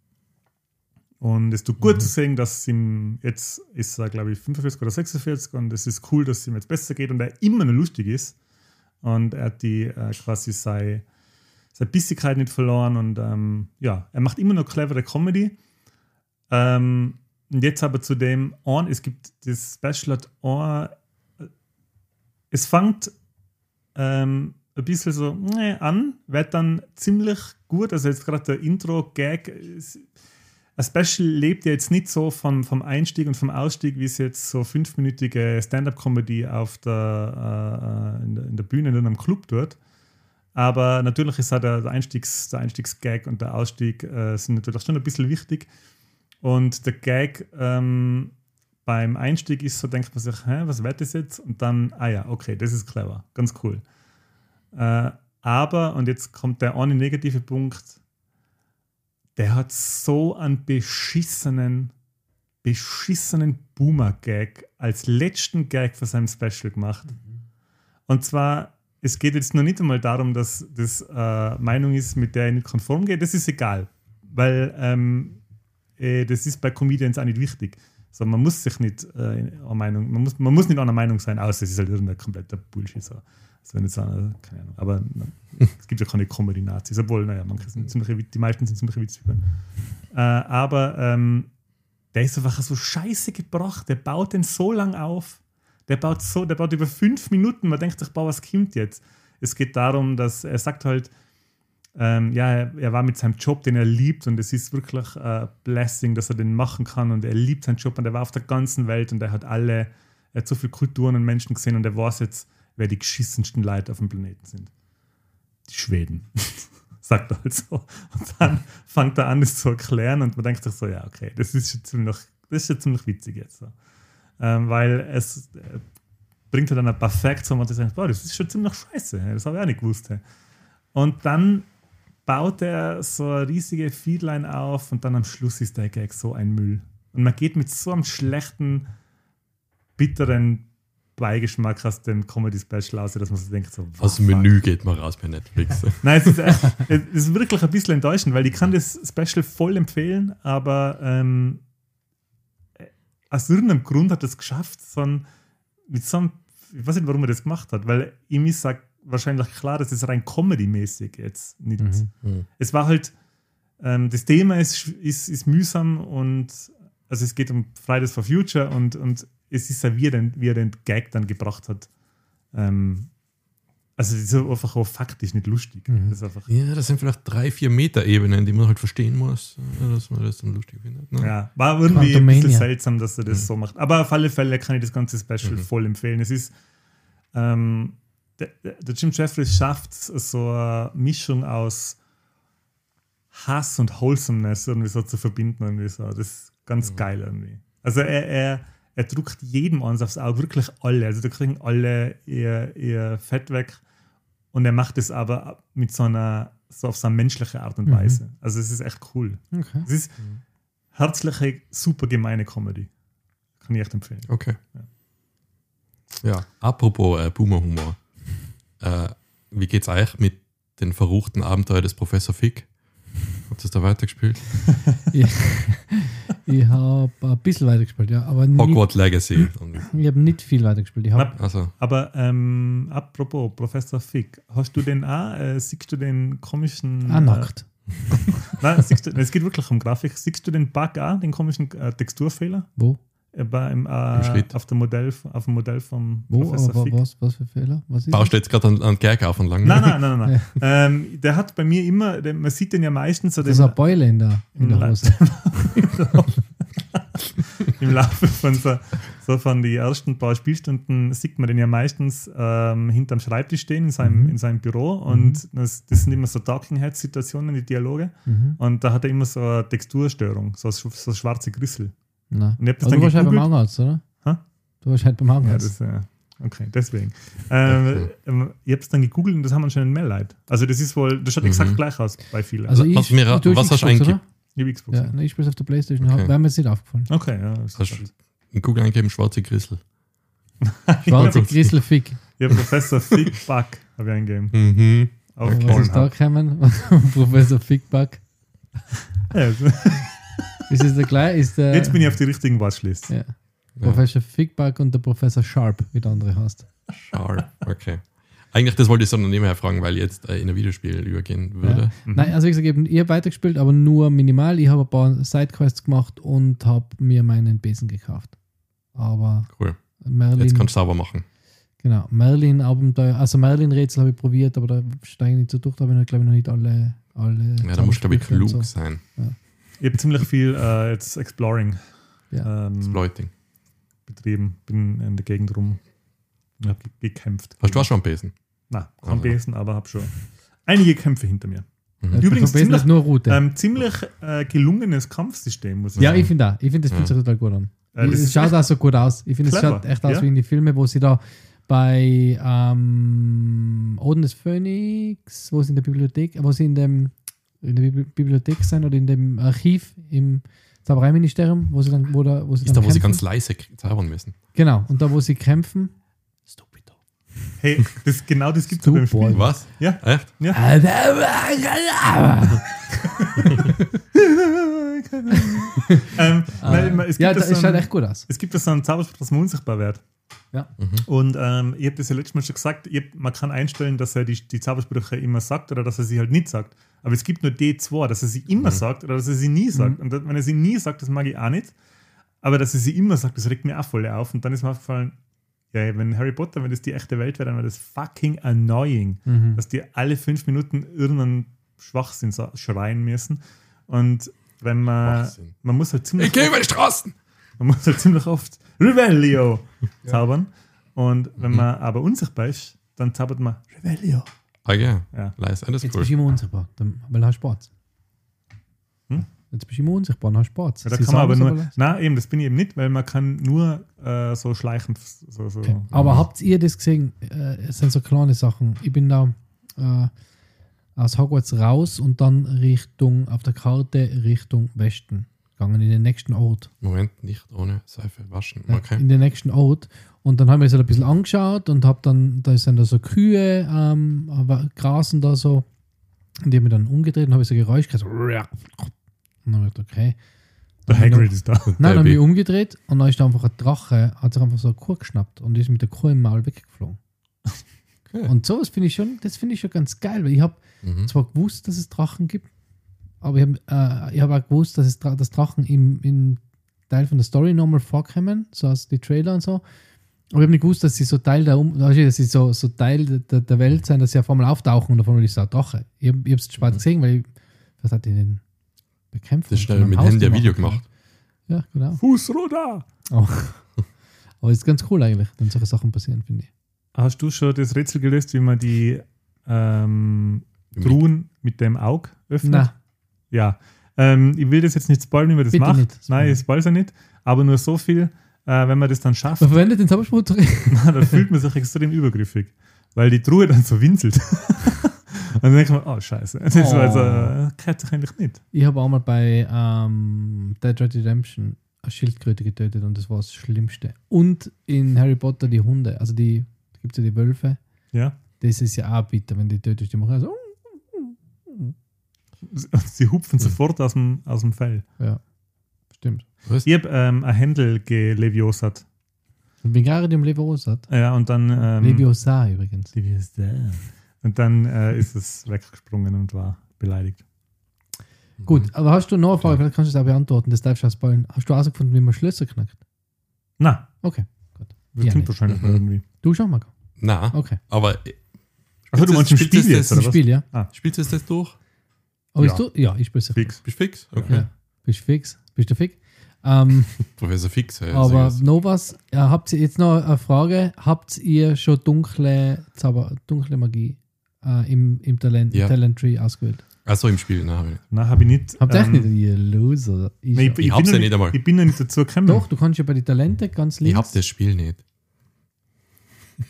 Und es tut gut mhm. zu sehen, dass ihm jetzt ist er, glaube ich, fünfundvierzig oder sechsundvierzig und es ist cool, dass es ihm jetzt besser geht und er immer noch lustig ist. Und er hat die äh, quasi seine, seine Bissigkeit nicht verloren und ähm, ja, er macht immer noch clevere Comedy. Ähm, und jetzt aber zu dem on, es gibt das Special hat on, es fängt ähm, ein bisschen so äh, an, wird dann ziemlich gut, also jetzt gerade der Intro-Gag ist, ein Special lebt ja jetzt nicht so vom, vom Einstieg und vom Ausstieg, wie es jetzt so fünfminütige Stand-up-Comedy auf der, äh, in, der, in der Bühne in einem Club tut. Aber natürlich ist auch der, der, Einstiegs, der Einstiegsgag und der Ausstieg äh, sind natürlich schon ein bisschen wichtig. Und der Gag ähm, beim Einstieg ist so, denkt man sich, hä, was wird das jetzt? Und dann, ah ja, okay, das ist clever, ganz cool. Äh, aber, und jetzt kommt der eine negative Punkt, der hat so einen beschissenen, beschissenen Boomer-Gag als letzten Gag für sein Special gemacht. Mhm. Und zwar, es geht jetzt noch nicht einmal darum, dass das äh, Meinung ist, mit der ich nicht konform gehe. Das ist egal, weil ähm, äh, das ist bei Comedians auch nicht wichtig. So, man muss sich nicht äh, eine Meinung, man muss, man muss nicht einer Meinung sein, außer es ist halt irgendein kompletter Bullshit. So. Also wenn jetzt einer, keine Ahnung, aber na, es gibt ja keine Comedy-Nazis, obwohl, naja, manche sind ziemlich, die meisten sind ziemlich witzig. Äh, aber ähm, der ist einfach so scheiße gebracht, der baut den so lang auf, der baut so, der baut über fünf Minuten, man denkt sich, boah, was kommt jetzt? Es geht darum, dass er sagt halt, ähm, ja, er, er war mit seinem Job, den er liebt und es ist wirklich ein Blessing, dass er den machen kann und er liebt seinen Job und er war auf der ganzen Welt und er hat alle, er hat so viele Kulturen und Menschen gesehen und er weiß jetzt, wer die geschissensten Leute auf dem Planeten sind. Die Schweden. Sagt er halt so. Und dann fängt er an, das zu erklären und man denkt sich so, ja, okay, das ist schon ziemlich, das ist schon ziemlich witzig jetzt. So. Ähm, weil es äh, bringt halt dann ein paar Facts, wo man sich denkt, boah, das ist schon ziemlich scheiße. Das habe ich auch nicht gewusst. Hey. Und dann baut er so eine riesige Feedline auf und dann am Schluss ist der Gag so ein Müll. Und man geht mit so einem schlechten, bitteren Beigeschmack aus dem Comedy-Special aus, dass man sich denkt, so, aus dem Menü geht man raus bei Netflix. Nein, es ist, echt, es ist wirklich ein bisschen enttäuschend, weil ich kann das Special voll empfehlen, aber ähm, aus irgendeinem Grund hat es geschafft, so ein, mit so einem, ich weiß nicht, warum er das gemacht hat, weil ihm ist wahrscheinlich klar, dass es rein Comedy-mäßig jetzt nicht. Mhm. Mhm. Es war halt, ähm, das Thema ist, ist, ist mühsam und also es geht um Fridays for Future und, und es ist ja, wie er den, wie er den Gag dann gebracht hat. Ähm, also es ist einfach auch faktisch nicht lustig. Mhm. Das ist einfach ja, das sind vielleicht drei, vier Meter-Ebenen, die man halt verstehen muss, dass man das dann lustig findet. Ne? Ja, war irgendwie ein bisschen seltsam, dass er das mhm. so macht. Aber auf alle Fälle kann ich das ganze Special mhm. voll empfehlen. Es ist ähm, der, der Jim Jeffries schafft so eine Mischung aus Hass und Wholesomeness irgendwie so zu verbinden. Irgendwie so. Das ist ganz mhm. geil irgendwie. Also er, er Er druckt jedem eins aufs Auge, wirklich alle. Also da kriegen alle ihr, ihr Fett weg. Und er macht es aber mit so einer, so auf so eine menschliche Art und Weise. Mhm. Also es ist echt cool. Okay. Es ist mhm. herzliche, super gemeine Comedy. Kann ich echt empfehlen. Okay. Ja, ja apropos äh, Boomer-Humor. Äh, wie geht's euch mit den verruchten Abenteuern des Professor Fick? Habt ihr das da weitergespielt? Ja. Ich habe ein bisschen weitergespielt, ja. Aber Hogwarts Legacy. Ich habe nicht viel weitergespielt. Ich hab also. Aber ähm, apropos Professor Fick, hast du den auch, äh, siehst du den komischen... Ah, nackt. Äh, nein, siehst du, es geht wirklich um Grafik. Siehst du den Bug auch, den komischen äh, Texturfehler? Wo? Beim, äh, auf, dem Modell, auf dem Modell vom Wo, Professor aber Fick. Was, was für Fehler? Was ist Baust du jetzt gerade an, an Gag auf und lang? Nein, nein, nein. nein, nein. Ja. Ähm, der hat bei mir immer, der, man sieht den ja meistens... So das ist eine Beule in der, in der Hose. Im Laufe von so, so von den ersten paar Spielstunden sieht man den ja meistens ähm, hinterm Schreibtisch stehen in seinem, mhm. in seinem Büro und mhm. das, das sind immer so Talking-Head-Situationen, die Dialoge mhm. und da hat er immer so eine Texturstörung, so, so schwarze Grissel. Na. Und ich hab das dann du warst halt beim Augenarzt, oder? Ha? Du warst halt beim Augenarzt. Ja, das, Okay, deswegen. Ähm, ähm, ich habe es dann gegoogelt und das haben anscheinend mehr Leute. Also das ist wohl, das schaut Mhm. exakt gleich aus bei vielen. Also ich, was mir ra- du was hast du Xbox, eingegeben? oder? ich habe Xbox. Ja, ne, ich spiele es auf der Playstation. Okay. Wäre mir jetzt nicht aufgefallen. Okay, ja. Das Hast ist du in Google eingeben, schwarze Grissel. Schwarze Ja, Grisselfick. ja, Professor Fickbuck habe ich eingegeben. Mhm. Auf Was ist da Pornhub. gekommen? Professor Fickbuck. Ja, also, Ist es der gleich? Ist der, jetzt bin ich auf die richtigen Watchlist. ja. Professor Fickbuck und der Professor Sharp, wie der andere heißt. Sharp, okay. Eigentlich, das wollte ich so noch nebenher fragen, weil ich jetzt äh, in ein Videospiel übergehen würde. Mhm. Nein, also wie gesagt, eben, ich habe weitergespielt, aber nur minimal. Ich habe ein paar Sidequests gemacht und habe mir meinen Besen gekauft. Aber Cool. Merlin, Jetzt kannst du sauber machen. genau, Merlin Abenteuer, also Merlin Rätsel habe ich probiert, aber da steige ich nicht so durch, da habe ich, glaube ich, noch nicht alle. alle Ja, da musst du, glaube ich, Zaubersprüche und klug so. sein. Ich habe ziemlich viel äh, jetzt Exploring Ja. ähm, Exploiting. betrieben. Bin in der Gegend rum und habe gekämpft. Hast du auch schon einen Besen? Nein, kein Also. Besen, aber habe schon einige Kämpfe hinter mir. Mhm. Ja, Übrigens der Besen ziemlich- ist nur Route. Ähm, ziemlich äh, gelungenes Kampfsystem, muss ich ja, sagen. ich finde auch. Ich finde, das fühlt Ja. sich total gut an. Äh, das es ist schaut echt auch so gut aus. Ich finde, es clever, schaut echt aus ja. wie in die Filme, wo sie da bei ähm, Orden des Phönix, wo sie in der Bibliothek, wo sie in dem in der Bibli- Bibliothek sind oder in dem Archiv im Zaubereiministerium, wo sie dann, wo da, wo sie Ist dann da, wo sie kämpfen. ganz leise k- zaubern müssen. Genau, und da, wo sie kämpfen. Stupido. Hey, das, genau das gibt es beim Super. Spiel. Was? Ja. Echt? ähm, nein, es gibt ja, das das so schaut ein- echt gut aus. Es gibt da so einen Zauberspruch, dass man unsichtbar wird. Ja. Und ähm, ich habe das ja letztes Mal schon gesagt, ich hab, man kann einstellen, dass er die, die Zaubersprüche immer sagt oder dass er sie halt nicht sagt. Aber es gibt nur die zwei, dass er sie immer Mhm. sagt oder dass er sie nie sagt. Und wenn er sie nie sagt, das mag ich auch nicht. Aber dass er sie immer sagt, das regt mir auch voll auf. Und dann ist mir aufgefallen, ja, wenn Harry Potter, wenn das die echte Welt wäre, dann wäre das fucking annoying, Mhm. dass die alle fünf Minuten irgendeinen Schwachsinn so schreien müssen. Und wenn man, Schwachsinn. man muss halt ziemlich Ich gehe über die Straßen! man muss halt ziemlich oft Revelio zaubern. Und wenn Mhm. man aber unsichtbar ist, dann zaubert man Revelio. Ah ja, Ja. leise. Das Jetzt ist bist du cool. immer unsichtbar, dann- weil du hast Sport. Hm? Jetzt bist du immer unsichtbar und hast Sport. Ja, da Sie kann man aber sagen es nur. leise. Nein, eben, das bin ich eben nicht, weil man kann nur äh, so schleichend. So, so. Okay. Aber habt ihr das gesehen? Äh, es sind so kleine Sachen. Ich bin da äh, aus Hogwarts raus und dann Richtung, auf der Karte Richtung Westen gegangen, in den nächsten Ort. Moment, nicht ohne Seife waschen. Ja, Okay. In den nächsten Ort. Und dann haben wir es halt ein bisschen angeschaut und hab dann, da sind da so Kühe, ähm, aber grasen da so. Und die haben mich dann umgedreht und habe ich so Geräusch gehört. So, und dann habe ich gedacht, okay. Der Dann hab ich Hagrid ist da. Nein, dann habe ich Baby. mich umgedreht und dann ist da einfach ein Drache, hat sich einfach so eine Kuh geschnappt und ist mit der Kuh im Maul weggeflogen. Okay. Und sowas finde ich schon, das finde ich schon ganz geil, weil ich habe Mhm. zwar gewusst, dass es Drachen gibt, aber ich habe äh, ich hab auch gewusst, dass es Dra- dass Drachen im, im Teil von der Story nochmal vorkommen, so als die Trailer und so. Aber ich habe nicht gewusst, dass sie so Teil der, um dass sie so, so Teil der, der Welt sind, dass sie auf einmal auftauchen und auf einmal ist es ein Drache. Ich habe es spät gesehen, weil ich, was hat die denn bekämpft? Das ist schnell mit Handy ein Video gemacht. Ja, genau. Fußruder! Aber, aber ist ganz cool eigentlich, wenn solche Sachen passieren, finde ich. Hast du schon das Rätsel gelöst, wie man die ähm, Truhen mit dem Auge öffnet? Nein, Ja. Ähm, ich will das jetzt nicht spoilern, wie man das Bitte macht. nicht spoilern. Nein, ich spoilere es nicht. Aber nur so viel, äh, wenn man das dann schafft, man verwendet den Zauberspruch. dann fühlt man sich extrem übergriffig. Weil die Truhe dann so winselt. Und dann denkt man, oh Scheiße. Das ist Oh. also, äh, gehört sich eigentlich nicht. Ich habe auch mal bei ähm, Dead Red Redemption eine Schildkröte getötet und das war das Schlimmste. Und in Harry Potter die Hunde, also die, da gibt es ja die Wölfe, Ja. das ist ja auch bitter, wenn die tötest, die machen so. Sie hupfen sofort aus dem, aus dem Fell. Ja, stimmt. Was? Ich habe ähm, ein Händel geleviosat. Und Wingardium Leviosa. Ja, und dann. Ähm, Leviosa übrigens. Leviosa. Und dann äh, ist es weggesprungen und war beleidigt. Gut, aber hast du noch eine Frage, vielleicht kannst du es auch beantworten, das darfst du auch spoilern. Hast du herausgefunden, wie man Schlösser knackt? Na, Okay, gut. das Ja, klingt nicht. wahrscheinlich Mhm. mal irgendwie. Du schon mal. Nein, Okay. aber Achso, du meinst ein Spielst du Spiel das- jetzt, oder Das was? Spiel, ja. spielst du das jetzt durch? Aber Ja. bist du? Ja, ich spiele es. Fix. Bist du fix? Okay. Ja. Bist du fix? Bist du fix? Ähm, Professor Fix. Ja, aber sehr gut. noch was, ja, habt ihr jetzt noch eine Frage? Habt ihr schon dunkle Zauber, dunkle Magie äh, im, im Talent, Ja. Talent Tree ausgewählt? Achso, im Spiel. Nein, hab ich nicht. Nein, habe ich nicht. Habt ihr echt ähm, nicht? Ihr Loser. Ich, Nee, schon. ich, ich, hab's bin ja noch nicht einmal. Ich bin noch nicht dazu gekommen. Doch, du kannst ja bei den Talente ganz Ich links. hab das Spiel nicht.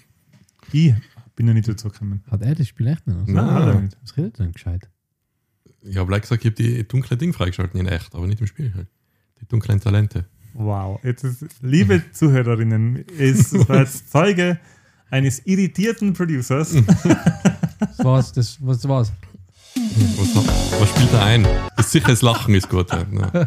Ich bin noch nicht dazu gekommen. Hat er das Spiel echt noch? Nein, hat er nicht. Was redet er denn gescheit? Ich habe gleich gesagt, ich habe die dunklen Dinge freigeschalten in echt, aber nicht im Spiel halt. Die dunklen Talente. Wow. Jetzt ist, liebe Zuhörerinnen, ist als Zeuge eines irritierten Producers. Was war's? Das, was war's? Was, was spielt er ein? Das sicheres Lachen ist gut. Ja, ne?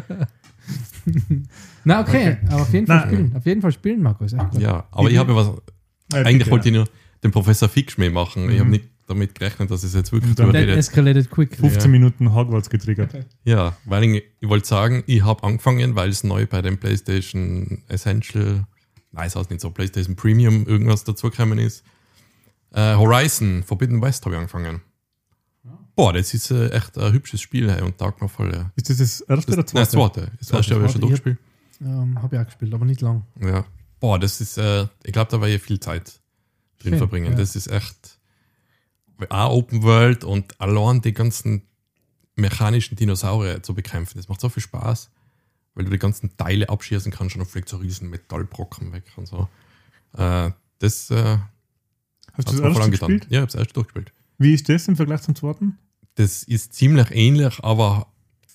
Na, okay, Okay. aber auf jeden Fall Na, spielen. Auf jeden Fall spielen, Markus. Echt gut. Ja, aber ich habe was. Äh, Eigentlich bitte, wollte ja. ich nur den Professor Fixschmäh machen. Ich Mhm. habe nicht damit gerechnet, dass es jetzt wirklich Und dann- drüber That redet. escalated quick. fünfzehn Ja. Minuten Hogwarts getriggert. Ja, weil ich, ich wollte sagen, ich habe angefangen, weil es neu bei dem PlayStation Essential, nein, es heißt nicht so, PlayStation Premium irgendwas dazugekommen ist. Äh, Horizon Forbidden West habe ich angefangen. Boah, das ist äh, echt ein hübsches Spiel hey, und taugt mir voll. Ja. Ist das das erste Das, oder nein, das zweite? zweite. Das erste habe ich schon Zweite. durchgespielt. Ähm, habe ich auch gespielt, aber nicht lang. Ja. Boah, das ist, äh, ich glaube, da war ja viel Zeit drin Schön, verbringen. ja. Das ist echt auch Open World und allein die ganzen mechanischen Dinosaurier zu bekämpfen. Das macht so viel Spaß, weil du die ganzen Teile abschießen kannst und dann fliegt so riesen Metallbrocken weg und so. Äh, das äh, Hast hat du mir das voll erste angetan. gespielt? Ja, ich habe das erste durchgespielt. Wie ist das im Vergleich zum zweiten? Das ist ziemlich ähnlich, aber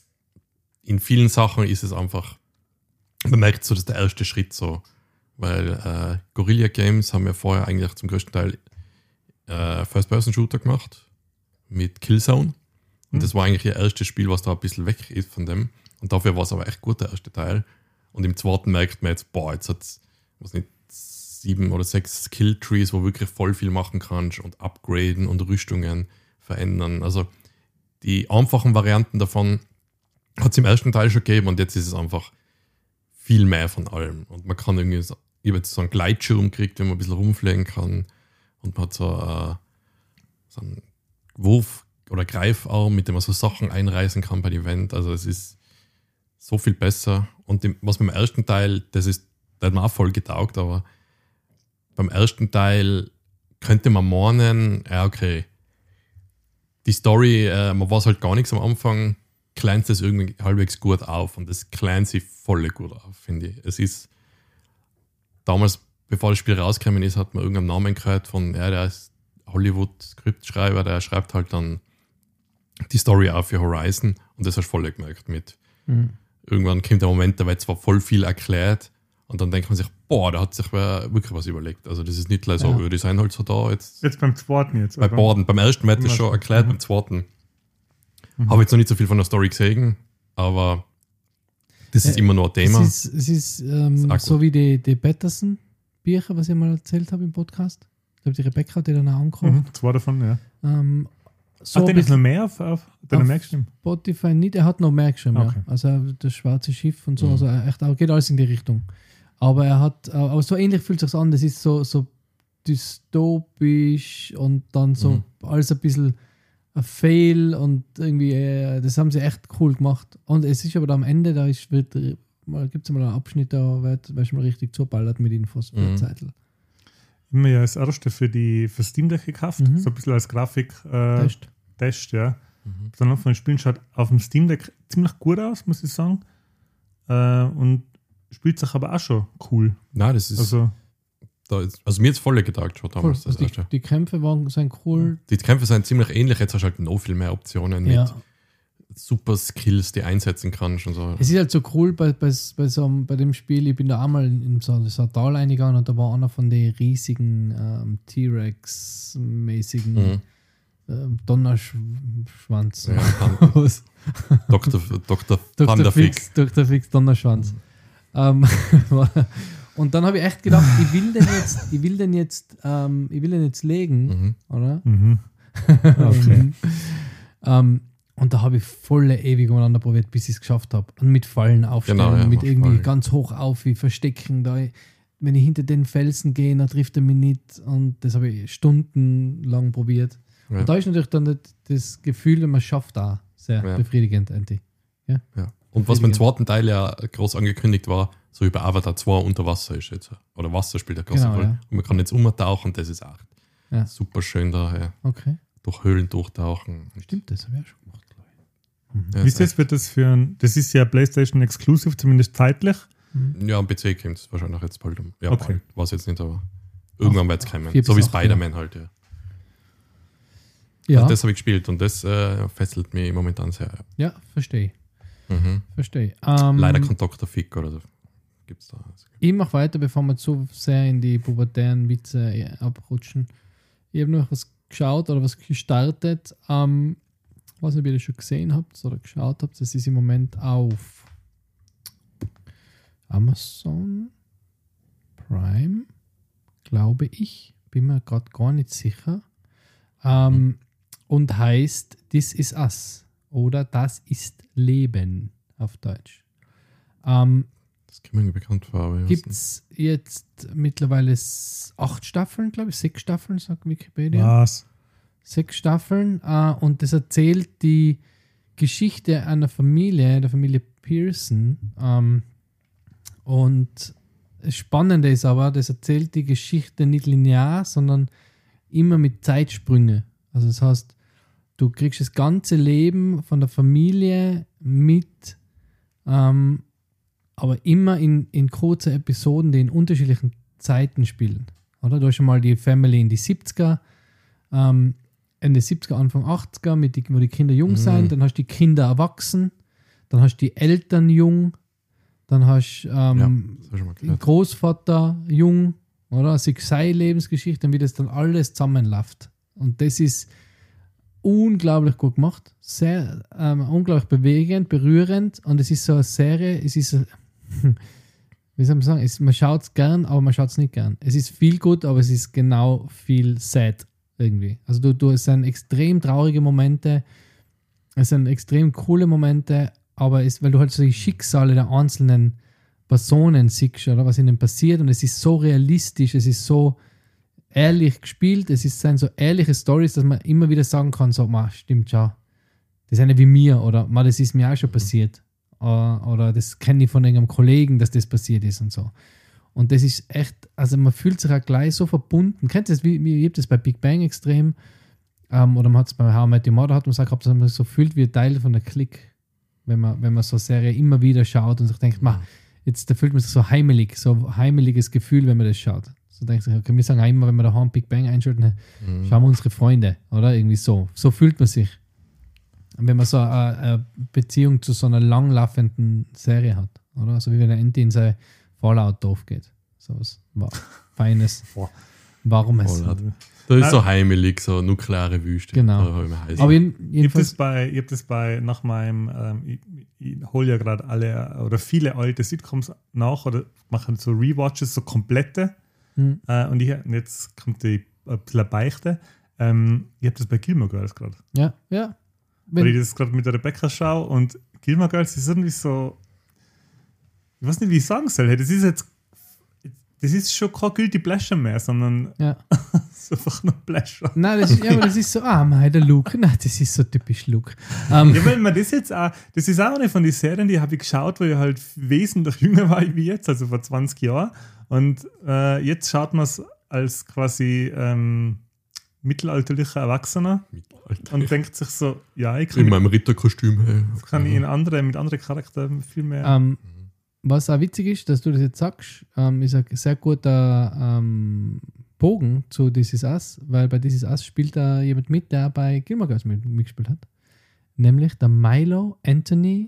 in vielen Sachen ist es einfach, man merkt so, das ist der erste Schritt so, weil äh, Guerilla Games haben ja vorher eigentlich zum größten Teil äh, First-Person-Shooter gemacht mit Killzone und Mhm. das war eigentlich ihr erstes Spiel, was da ein bisschen weg ist von dem und dafür war es aber echt gut, der erste Teil und im zweiten merkt man jetzt, boah, jetzt hat es, was nicht, sieben oder sechs Skill-Trees, wo wirklich voll viel machen kannst und upgraden und Rüstungen verändern, also die einfachen Varianten davon hat es im ersten Teil schon gegeben und jetzt ist es einfach viel mehr von allem. Und man kann irgendwie, so, ich habe jetzt so einen Gleitschirm gekriegt, wenn man ein bisschen rumfliegen kann und man hat so, äh, so einen Wurf- oder Greifarm, mit dem man so Sachen einreißen kann bei dem Event. Also es ist so viel besser. Und dem, was beim ersten Teil, das ist, der hat mir auch voll getaugt, aber beim ersten Teil könnte man meinen, ja okay, die Story, äh, man weiß halt gar nichts am Anfang, kleint es irgendwie halbwegs gut auf und das kleint sich voll gut auf, finde ich. Es ist damals, bevor das Spiel rausgekommen ist, hat man irgendeinen Namen gehört von, ja, der ist Hollywood-Skriptschreiber, der schreibt halt dann die Story auf für Horizon und das hast du voll gemerkt mit. Mhm. Irgendwann kommt der Moment, da wird zwar voll viel erklärt und dann denkt man sich, boah, da hat sich wer wirklich was überlegt. Also das ist nicht gleich so, Ja. ja. die sind halt so da, jetzt Jetzt beim zweiten jetzt. bei oder? Borden. Beim ersten wird das Mhm. schon erklärt, Mhm. beim zweiten Mhm. habe ich jetzt noch nicht so viel von der Story gesehen, aber das ist Ja, immer nur ein Thema. Es ist, es ist, ähm, Ist auch so wie die, die Patterson-Bücher, was ich mal erzählt habe im Podcast. Ich glaube, die Rebecca hat die dann auch angeguckt. Mhm. Zwei davon, ja. Ähm, so Hat ein der nicht noch bisschen mehr auf, auf der Auf- mehr gestimmt? Spotify nicht, er hat noch mehr geschrieben. Okay. Ja. Also das schwarze Schiff und so, Mhm. also er echt, auch geht alles in die Richtung. Aber er hat, äh, aber so ähnlich fühlt es sich an, das ist so, so dystopisch und dann so Mhm. alles ein bisschen ein Fail und irgendwie, äh, das haben sie echt cool gemacht. Und es ist aber da am Ende, da ist, wird, äh, mal, gibt es mal einen Abschnitt, da wird, wird mal richtig zuballert mit Infos für Mhm. die Zeitl. Immer ja das erste für die für Steam Deck gekauft, Mhm. so ein bisschen als Grafik äh, Test. Test, ja. Mhm. Dann von den Spielen schaut auf dem Steam Deck ziemlich gut aus, muss ich sagen. Äh, und spielt sich aber auch schon cool. Nein, das ist, Also, da ist, also mir jetzt voll getaugt schon Cool. damals. Also Das die, erste. die Kämpfe waren, sind cool. Die Kämpfe sind ziemlich ähnlich, jetzt hast du halt noch viel mehr Optionen Ja. mit super Skills, die einsetzen kannst und so. Es ist halt so cool bei, bei, bei, so, einem- bei dem Spiel, ich bin da einmal in so, so ein Tal reingegangen und da war einer von den riesigen ähm, T-Rex-mäßigen Mhm. ähm, Donnerschwanz. Ja, Pan- Was? Doktor Doktor Doktor Pandafix. Fix, Doktor Fix Donnerschwanz. Ähm, und dann habe ich echt gedacht, ich will den jetzt, ich will den jetzt, ähm, ich will den jetzt legen, Mhm. oder? mhm. Okay. ähm, und da habe ich volle ewig umeinander probiert, bis ich es geschafft habe. Und mit Fallen aufstellen, Genau, ja, mit mach irgendwie Fallen. ganz hoch auf, wie verstecken. Da, wenn ich hinter den Felsen gehe, dann trifft er mich nicht. Und das habe ich stundenlang probiert. Ja. Und da ist natürlich dann das- das Gefühl, man schafft da sehr Ja. befriedigend, Anti. Ja. Und was beim zweiten Teil ja groß angekündigt war, so über Avatar zwei unter Wasser ist jetzt. Oder Wasser spielt eine große Genau, Rolle. ja. Und man kann jetzt umtauchen, das ist auch Ja. super schön da. Ja. Okay, Durch Höhlen durchtauchen. stimmt, das habe ich auch schon gemacht, glaube ich. Ja, Wisst ihr, jetzt wird das für ein, das ist ja PlayStation Exclusive, zumindest zeitlich. Ja, am P C kommt es wahrscheinlich jetzt bald um. Ja, Okay. bald. Weiß jetzt nicht, aber Irgendwann wird es kommen. vier So bis wie acht, Spider-Man halt, ja. Ja, Also das habe ich gespielt und das äh, fesselt mich momentan sehr. ja verstehe. Mhm. Verstehe. Ähm, Leider kein Doktor Fick oder so. Gibt's da. Also, Ich mache weiter, bevor wir zu sehr in die pubertären Witze äh, abrutschen. Ich habe noch was geschaut oder was gestartet. Ähm, ich weiß nicht, ob ihr das schon gesehen habt oder geschaut habt. Das ist im Moment auf Amazon Prime, glaube ich. Bin mir gerade gar nicht sicher. Ähm, und heißt This is Us oder Das ist Leben auf Deutsch. Ähm, das kommt mir irgendwie bekannt vor. Aber ich weiß Gibt nicht. es jetzt mittlerweile s- acht Staffeln, glaube ich, sechs Staffeln, sagt Wikipedia. Was? Sechs Staffeln äh, und das erzählt die Geschichte einer Familie, der Familie Pearson. Ähm, und das Spannende ist aber, das erzählt die Geschichte nicht linear, sondern immer mit Zeitsprünge. Also das heißt, du kriegst das ganze Leben von der Familie mit, ähm, aber immer in, in kurzen Episoden, die in unterschiedlichen Zeiten spielen. Oder? Du hast schon mal die Family in die siebziger, ähm, Ende siebziger, Anfang achtziger, mit die, wo die Kinder jung Mhm. sind, dann hast du die Kinder erwachsen, dann hast du die Eltern jung, dann hast du ähm, Ja, das habe ich schon mal den gehört. Großvater jung, oder? Also seine Lebensgeschichte und wie das dann alles zusammenläuft. Und das ist unglaublich gut gemacht, sehr ähm, unglaublich bewegend, berührend und es ist so eine Serie, es ist, so- wie soll man sagen, es, man schaut es gern, aber man schaut es nicht gern. Es ist viel gut, aber es ist genau viel sad irgendwie. Also du, du es sind extrem traurige Momente, es sind extrem coole Momente, aber es, weil du halt so die Schicksale der einzelnen Personen siehst, oder was ihnen passiert und es ist so realistisch, es ist so ehrlich gespielt, es ist, sind so ehrliche Stories, dass man immer wieder sagen kann, so, ma, stimmt schon, das ist eine wie mir oder ma, das ist mir auch schon passiert oder, oder das kenne ich von irgendeinem Kollegen, dass das passiert ist und so. Und das ist echt, also man fühlt sich auch gleich so verbunden. Kennt ihr das, wie, wie ich hab das bei Big Bang extrem ähm, oder man hat es bei How I Met Your Mother, hat man gesagt, dass man sich so fühlt wie ein Teil von der Clique, wenn man, wenn man so eine Serie immer wieder schaut und sich denkt, ma, jetzt da fühlt man sich so heimelig, so ein heimeliges Gefühl, wenn man das schaut. So denkt sich, okay, wir sagen auch immer, wenn wir daheim Big Bang einschalten, Mhm. schauen wir unsere Freunde, oder? Irgendwie so. So fühlt man sich. Und wenn man so eine, eine Beziehung zu so einer langlaufenden Serie hat, oder? So wie wenn der Enti in sein Fallout-Dorf geht. So was war Feines, Boah. Warmes. Fallout. Da ist so heimelig, so nukleare Wüste. Genau. Da hab ich mir heiß. Aber jeden, Ich habe das jedenfalls, bei, ich hab das bei nach meinem, ähm, ich, ich hole ja gerade alle oder viele alte Sitcoms nach oder mache so Rewatches, so komplette. hm, Äh, und, ich, und jetzt kommt die ein bisschen eine Beichte. Ähm, ich habe das bei Gilmore Girls gerade. ja, ja. Weil ich Wenn, das gerade mit der Rebecca schaue und Gilmore Girls ist irgendwie so, ich weiß nicht, wie ich sagen soll. Hey, das ist jetzt, das ist schon kein Guilty Pleasure mehr, sondern ja. es ist einfach nur Pleasure. Nein, das ist, ja, aber das ist so, ah, mein, der Luke. Nein, das ist so typisch Luke. Ähm, Ja, weil man das jetzt auch, das ist auch eine von den Serien, die habe ich geschaut, wo ich halt wesentlich jünger war wie jetzt, also vor zwanzig Jahren. Und äh, jetzt schaut man es als quasi ähm, mittelalterlicher Erwachsener und denkt sich so, ja, ich In kann, meinem Ritterkostüm. Hey. kann ich in andere, mit anderen Charakteren viel mehr. Ähm, was auch witzig ist, dass du das jetzt sagst, ähm, ist ein sehr guter ähm, Bogen zu This Is Us, weil bei This Is Us spielt da jemand mit, der bei Gilmore Girls mit, mitgespielt hat. Nämlich der Milo Anthony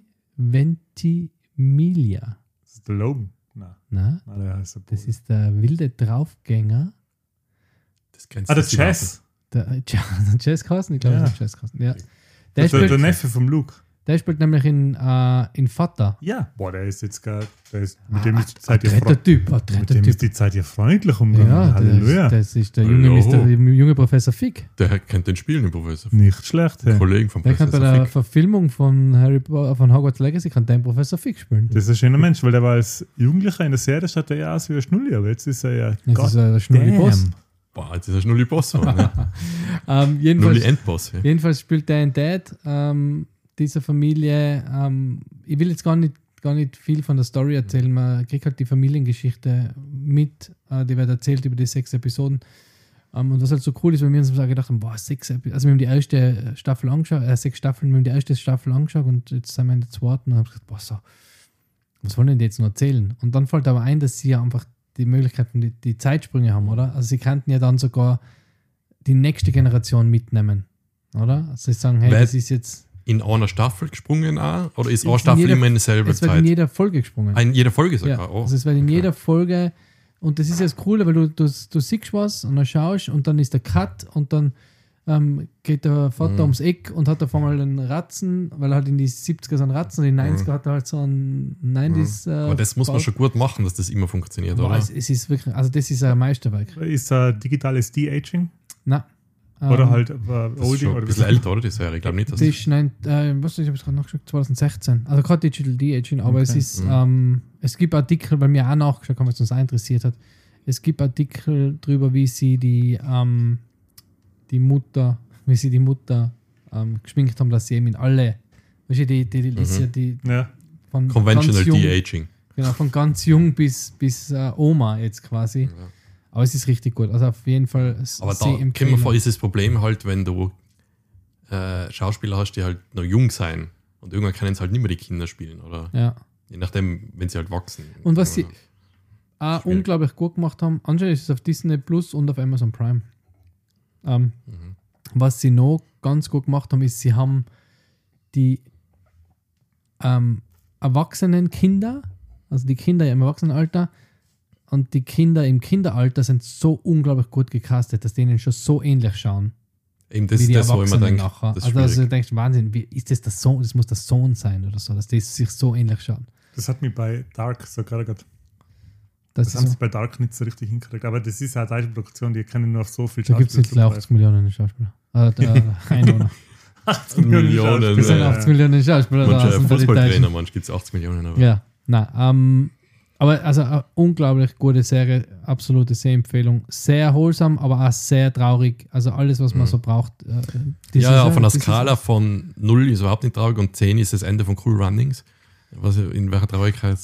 Ventimiglia. Das ist der Logan. Nein, Na, nein, der heißt der das Bogen. ist der wilde Draufgänger. Das kennst Ah, du der Chess. Der äh, Jazz Carsten, ich glaube, Ja. das ist Jazz Carsten. Ja. Der, Der, der, der spielt, Neffe vom Luke. der spielt nämlich in, äh, in Vater. Ja. Boah, der ist jetzt gar, der ist, mit dem Ah, ist die Zeit ja ein dritter freundlich. Typ, ein Mit dritter dem Typ. ist die Zeit ja freundlich umgegangen. Ja, Halleluja. das, das ist der junge, Hallo. Mister, der junge Professor Fick. Der kennt den Spiel, den Professor. Nicht schlecht. Hey. Kollegen von Der kann bei Professor der Fick. Verfilmung von Harry Po- von Hogwarts Legacy kann der Professor Fick spielen. Das ist ein schöner Mensch, weil der war als Jugendlicher in der Serie, schaut er ja aus wie ein Schnulli, aber jetzt ist er ja Das ist ein Schnulli-Boss. Boah, das ist ein Schnulli-Boss. Ne? Ähm, jedenfalls, Schnulli-Endboss. Ja. jedenfalls spielt der in Dad ähm, dieser Familie. Ähm, ich will jetzt gar nicht, gar nicht viel von der Story erzählen. Man kriegt halt die Familiengeschichte mit. Äh, die wird erzählt über die sechs Episoden. Ähm, und was halt so cool ist, weil wir uns so gedacht haben, boah, sechs Episoden. Also wir haben die erste Staffel angeschaut, äh, sechs Staffeln, wir haben die erste Staffel angeschaut und jetzt sind wir in der zweiten und haben gesagt, boah, so, was wollen denn die jetzt noch erzählen? Und dann fällt aber ein, dass sie ja einfach die Möglichkeiten, die, die Zeitsprünge haben, oder? Also sie könnten ja dann sogar die nächste Generation mitnehmen, oder? Also sie sagen, hey, Weil- das ist jetzt... In einer Staffel gesprungen auch? Oder ist In eine Staffel jeder- immer in derselben Es wird in Zeit? jeder Folge gesprungen. Ah, in jeder Folge sogar? Ja, Oh. also es wird in okay. jeder Folge, und das ist ja das Coole, weil du, du, du siehst was und dann schaust und dann ist der Cut und dann ähm, geht der Vater Mhm. ums Eck und hat auf einmal einen Ratzen, weil er halt in die siebziger so einen Ratzen und in den neunziger hat er halt so einen neunziger. Äh, Aber das muss man Bau- schon gut machen, dass das immer funktioniert, Boah, oder? es, es ist wirklich, also das ist ein Meisterwerk. Ist äh, digitales De-Aging? Nein. Oder Ähm, halt äh, Das ist Olding? schon ein Oder bisschen was? älter, oder? Die Serie. Ich glaube nicht, dass Das ist, nein, äh, was ich habe es gerade nachgeschaut, zwanzig sechzehn. Also gerade Digital De-Aging, aber Okay. es ist, Mhm. ähm, es gibt Artikel, weil mir auch nachgeschaut haben, was uns auch interessiert hat. Es gibt Artikel darüber, wie sie die, ähm, die Mutter, wie sie die Mutter ähm, geschminkt haben, dass sie eben in alle, weißt du, die, die, die, die, ist Mhm. ja die Ja. von Conventional ganz jung, De-Aging. genau, von ganz jung bis, bis äh, Oma jetzt quasi. Ja. Aber es ist richtig gut. Also auf jeden Fall s- Aber da, sie kommen wir vor, ist das Problem halt, wenn du äh, Schauspieler hast, die halt noch jung sein und irgendwann können sie halt nicht mehr die Kinder spielen, oder? Ja. Je nachdem, wenn sie halt wachsen. Und was sie auch Schwierig. unglaublich gut gemacht haben, anscheinend ist es auf Disney Plus und auf Amazon Prime. Ähm, Mhm. Was sie noch ganz gut gemacht haben, ist, sie haben die ähm, erwachsenen Kinder, also die Kinder im Erwachsenenalter und die Kinder im Kinderalter sind so unglaublich gut gecastet, dass denen schon so ähnlich schauen. Eben das wie ist die das, wo ich mir Erwachsenen denke, nachher. das ist Also, also du schwierig. denkst, Wahnsinn, wie ist das der Sohn? Das muss der Sohn sein oder so, dass die sich so ähnlich schauen. Das hat mich bei Dark so gerade gehabt. Das, Das ist haben so. sie bei Dark nicht so richtig hingekriegt. Aber das ist halt eine deutsche Produktion, die können nur auf so viel Da gibt es jetzt zugreifen. achtzig Millionen Schauspieler. Äh, der Einwohner. achtzig Millionen, Schauspieler. Das sind Ja, ja. achtzig Millionen Schauspieler da Manche aus unter den Fußballtrainer, Deutschen. manchmal gibt es achtzig Millionen. Aber Ja, nein. Ähm, aber also eine unglaublich gute Serie, absolute Sehempfehlung. Sehr erholsam, aber auch sehr traurig. Also alles, was man Mhm. so braucht. Äh, die ja, ja, Saison- von der die Skala von null ist überhaupt nicht traurig und zehn ist das Ende von Cool Runnings. Was, in welcher Traurigkeit?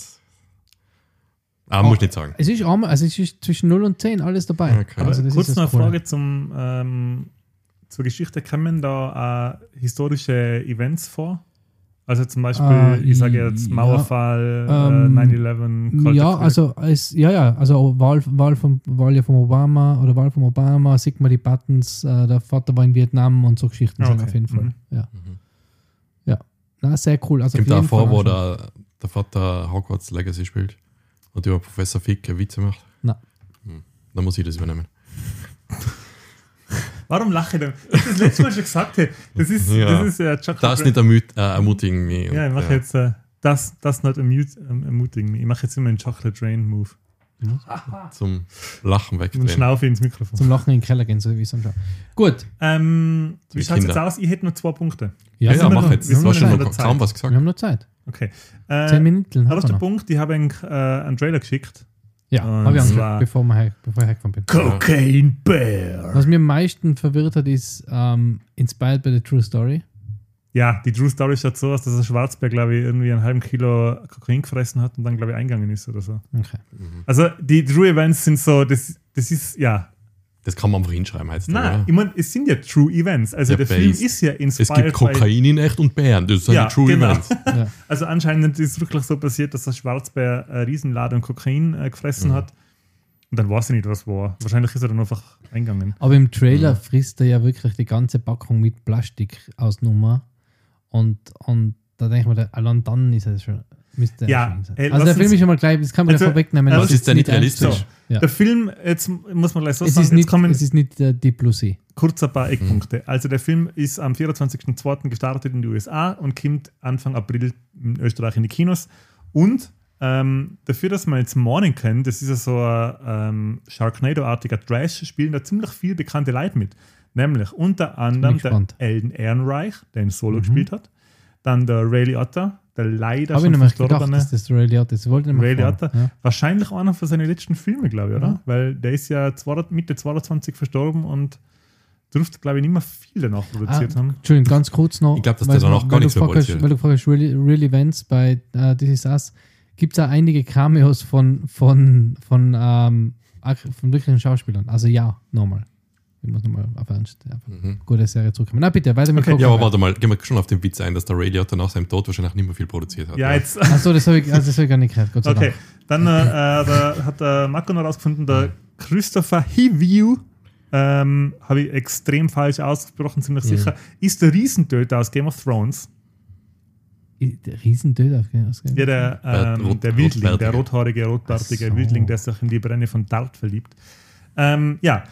Ah, muss ich nicht sagen. Es ist einmal, also es ist zwischen null und zehn alles dabei. Okay. Aber Also das kurz ist noch das eine Coole. Frage zum, ähm, zur Geschichte. Kommen da äh, historische Events vor? Also zum Beispiel, Äh, ich sage jetzt ja. Mauerfall, Ähm, äh, neun elf, Kalter Ja, Krieg. also es, ja, ja, also Wahl, Wahl, von, Wahl ja von Obama oder Wahl von Obama, sieht man die Buttons, äh, der Vater war in Vietnam und so Geschichten sind Okay. auf jeden Fall. Mhm. Ja. Mhm. Ja. Na, sehr cool. Also Kommt auf auch jeden vor, Fall wo anschauen. der, der Vater Hogwarts Legacy spielt und über Professor Fick Witze macht? Nein. Hm. Dann muss ich das übernehmen. Warum lache ich denn? Ich das letzte Mal schon gesagt habe. Das ist, Ja. das ist äh, Chocolate Das Rain. nicht ermut äh, ermutigen mich. Ja, ich mache jetzt äh, das, das not ermut, ähm, ermutigen mich. Ich mache jetzt immer einen Chocolate Rain Move. zum Lachen Und wegdrehen. schnaufe ins Mikrofon. Zum Lachen in den Keller gehen, so wie es anschaut. Gut. Ähm, wie Wie schaut es jetzt Kinder. aus? Ich hätte noch zwei Punkte. Ja, ja, sind wir mach noch- jetzt. wir Du sind hast noch schon in noch der Zeit. kaum was Wir gesagt. haben noch Zeit. Okay. Zehn Äh, Minuten. aber haben das wir der noch. Punkt, ich habe einen, äh, einen Trailer geschickt. Ja, Und habe ich zwar- angeschaut, bevor, wir her, bevor ich hergekommen bin. Cocaine Bear. Was mir am meisten verwirrt hat, ist ähm, Inspired by the True Story. Ja, die True Story schaut so aus, dass der Schwarzbär, glaube ich, irgendwie einen halben Kilo Kokain gefressen hat und dann, glaube ich, eingegangen ist oder so. Okay. Also die True Events sind so, das, das ist, ja. Das kann man einfach hinschreiben heißt Nein, oder? ich meine, es sind ja True Events. Also Ja, der Film based. ist ja Es inspired gibt Kokain in echt und Bären. Das sind Ja, die True genau. Events. Ja. Also anscheinend ist es wirklich so passiert, dass der Schwarzbär eine Riesenladung Kokain äh, gefressen Mhm. hat. Und dann weiß ich nicht, was war. Wahrscheinlich ist er dann einfach eingegangen. Aber im Trailer Ja. frisst er ja wirklich die ganze Packung mit Plastik aus Nummer. Und, und da denke ich mir, allein dann ist er schon. Müsste er Ja, schon sein. ey, Also lass der Film uns- ist schon mal gleich, das kann man Also, ja vorwegnehmen. äh, das Was ist denn nicht ernst. realistisch? Ja. Der Film, jetzt muss man gleich so Es sagen, ist jetzt nicht, kommen es ist nicht äh, die Plusi. kurz ein paar Mhm. Eckpunkte. Also der Film ist am vierundzwanzigsten zweiten gestartet in die U S A und kommt Anfang April in Österreich in die Kinos. Und ähm, dafür, dass man jetzt morgen kennt, das ist ja so ein ähm, Sharknado-artiger Trash, spielen da ziemlich viele bekannte Leute mit. Nämlich unter anderem ich der gespannt. Elden Ehrenreich, der in Solo Mhm. gespielt hat. Dann der Ray Liotta, der leider Habe ich schon nämlich gedacht, verstorbene. dass das Ray Liotta ist. Ich wollte nicht Ray mal Liotta. Ja. Wahrscheinlich einer von seinen letzten Filmen, glaube ich, oder? Ja. Weil der ist ja zwei- Mitte zweiundzwanzig verstorben und dürfte, glaube ich, nicht mehr viel danach produziert Ah, haben. Entschuldigung, ganz kurz noch. Ich glaub, dass weil der danach weil gar du nichts mehr gefragt hast- produziert. Weil du gefragt hast, Real, Real Events bei äh, This Is Us, gibt es auch einige Cameos von, von, von, ähm, ak- von wirklichen Schauspielern. Also ja, nochmal. Ich muss nochmal auf eine Mhm. gute Serie zurückkommen. Na bitte, weiter mit Okay. Coco. Ja, aber warte mal, gehen wir schon auf den Witz ein, dass der Ray Liotta nach seinem Tod wahrscheinlich nicht mehr viel produziert hat. Ja, oder? jetzt. Achso, das habe ich, also das hab ich gar nicht gehört. Gott sei Okay. Dank. Dann äh, da hat der Marco noch rausgefunden, der Christopher Hivju, ähm, habe ich extrem falsch ausgesprochen, ziemlich Ja. sicher, ist der Riesentöter aus Game of Thrones. Der Riesendöder. Ja, der, ähm, Rot- der Wildling, der Rotbärtige. rothaarige, rotbärtige Ach so. Wildling, der sich in die Brenne von Dart verliebt. Ähm, ja.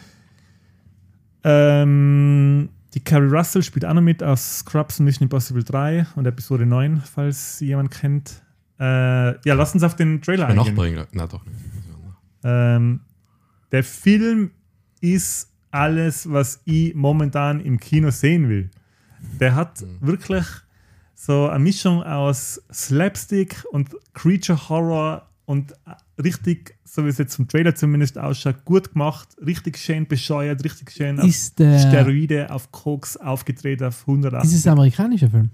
Ähm, die Carrie Russell spielt auch noch mit aus Scrubs, Mission Impossible drei und Episode neun, falls sie jemand kennt. Äh, ja, lass uns auf den Trailer Mein eingehen. Nachbarin, nein, doch nicht. Ähm, der Film ist alles, was ich momentan im Kino sehen will. Der hat Mhm. wirklich so eine Mischung aus Slapstick und Creature Horror und richtig, so wie es jetzt vom Trailer zumindest ausschaut, gut gemacht, richtig schön bescheuert, richtig schön auf Ist der. Steroide, auf Koks aufgedreht auf hundertachtzig. Ist es ein amerikanischer Film?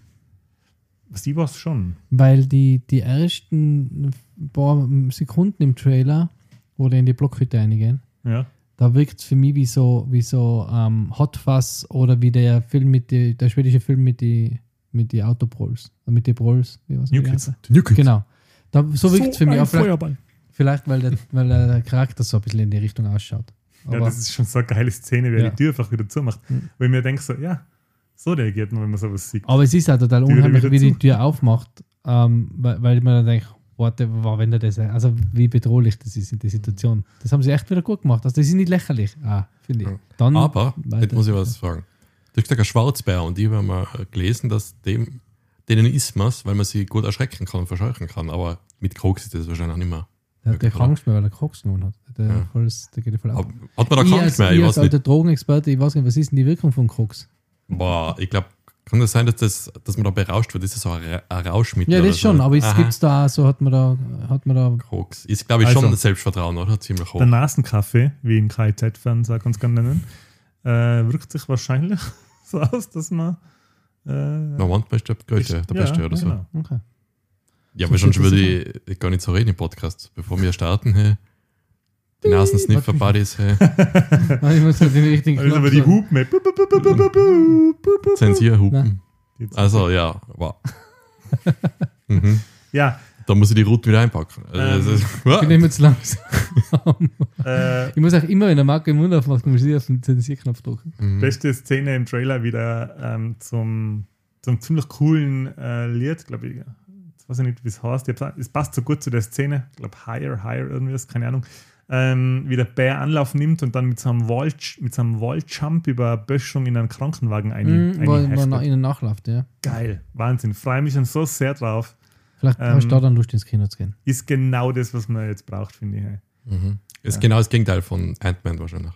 Was ich weiß schon. Weil die, die ersten paar Sekunden im Trailer, wo die in die Blockhütte eingehen, Ja. da wirkt es für mich wie so, wie so ähm, Hot Fuzz oder wie der Film mit die, der schwedische Film mit die mit die Autoprolls. Mit den Prolls. Wie was New Kids. Genau. Da, so wirkt es für mich ein auch. Vielleicht, Feuerball. vielleicht weil, der, weil der Charakter so ein bisschen in die Richtung ausschaut. Ja, Aber das ist schon so eine geile Szene, wie er Ja. die Tür einfach wieder zumacht. Mhm. Wo ich mir denke, so, ja, so reagiert man, wenn man sowas sieht. Aber es ist auch total Die wieder unheimlich, wieder wie die zu. Tür aufmacht, ähm, weil, weil man dann denkt, warte, war wenn der das, also wie bedrohlich das ist in der Situation. Das haben sie echt wieder gut gemacht. Also das ist nicht lächerlich, ah, finde ich. Ja. Dann Aber, weiter. jetzt muss ich was fragen. Du hast gesagt, ein Schwarzbär und ich habe mal gelesen, dass dem, denen isst man weil man sie gut erschrecken kann und verscheuchen kann. Aber mit Koks ist das wahrscheinlich auch nicht mehr. Der hat ja möglich, oder? Angst mehr, weil er Koks genommen hat. Der, Ja. voll, der geht ja voll ab. Aber hat man da Ich keine als, Angst mehr? ich Ich als weiß nicht. alter Drogenexperte, ich weiß nicht, was ist denn die Wirkung von Koks? Boah, ich glaube, kann das sein, dass, das, dass man da berauscht wird? Das ist so ein, Ra- ein Rauschmittel. Ja, oder das so. schon, aber es Aha, gibt da, so hat man da, hat man da, Koks. Ist, glaube ich, Also, schon das Selbstvertrauen, oder? Ziemlich hoch. Der Nasenkaffee, wie ihn K I Z-Fernseher ganz gerne nennen, äh, wirkt sich wahrscheinlich so aus, dass man. Äh, Na, manchmal ist der, Größte, der ja, Beste oder so. genau. okay. Ja, So aber sonst fühlt würde sich ich, ich gar nicht so reden im Podcast. Bevor wir starten, hey, die Nasensniffer-Buddies, hey, Ich muss halt den richtigen Also Knopf aber die drücken. Hupen, ey. Bu, bu, bu, bu, bu, bu, bu, bu, bu. Zensierhupen. Jetzt- Also, ja, wow. mhm. Ja, Da muss ich die Route wieder einpacken. Also, Ähm, das ist- Ich bin immer zu langsam. äh, Ich muss auch immer, wenn der Marke den Mund aufmacht, muss ich auf den Zensierknopf drücken. Mhm. beste Szene im Trailer wieder ähm, zum, zum ziemlich coolen äh, Lied, glaube ich. Jetzt weiß ich nicht, wie es heißt. Ich hab's- Es passt so gut zu der Szene. Ich glaube, Higher, Higher, irgendwas, keine Ahnung. Ähm, wie der Bär Anlauf nimmt und dann mit so einem Wall, mit so einem Wall-Jump über eine Böschung in einen Krankenwagen ein, Mhm, wo wo einheftet. nach ihnen nachläuft, ja. Geil, Wahnsinn. Freue mich schon so sehr drauf. Vielleicht Ähm, hast du da dann Lust ins Kino zu gehen. Ist genau das, was man jetzt braucht, finde ich. Hey. Mhm. Ist Ja. genau das Gegenteil von Ant-Man wahrscheinlich.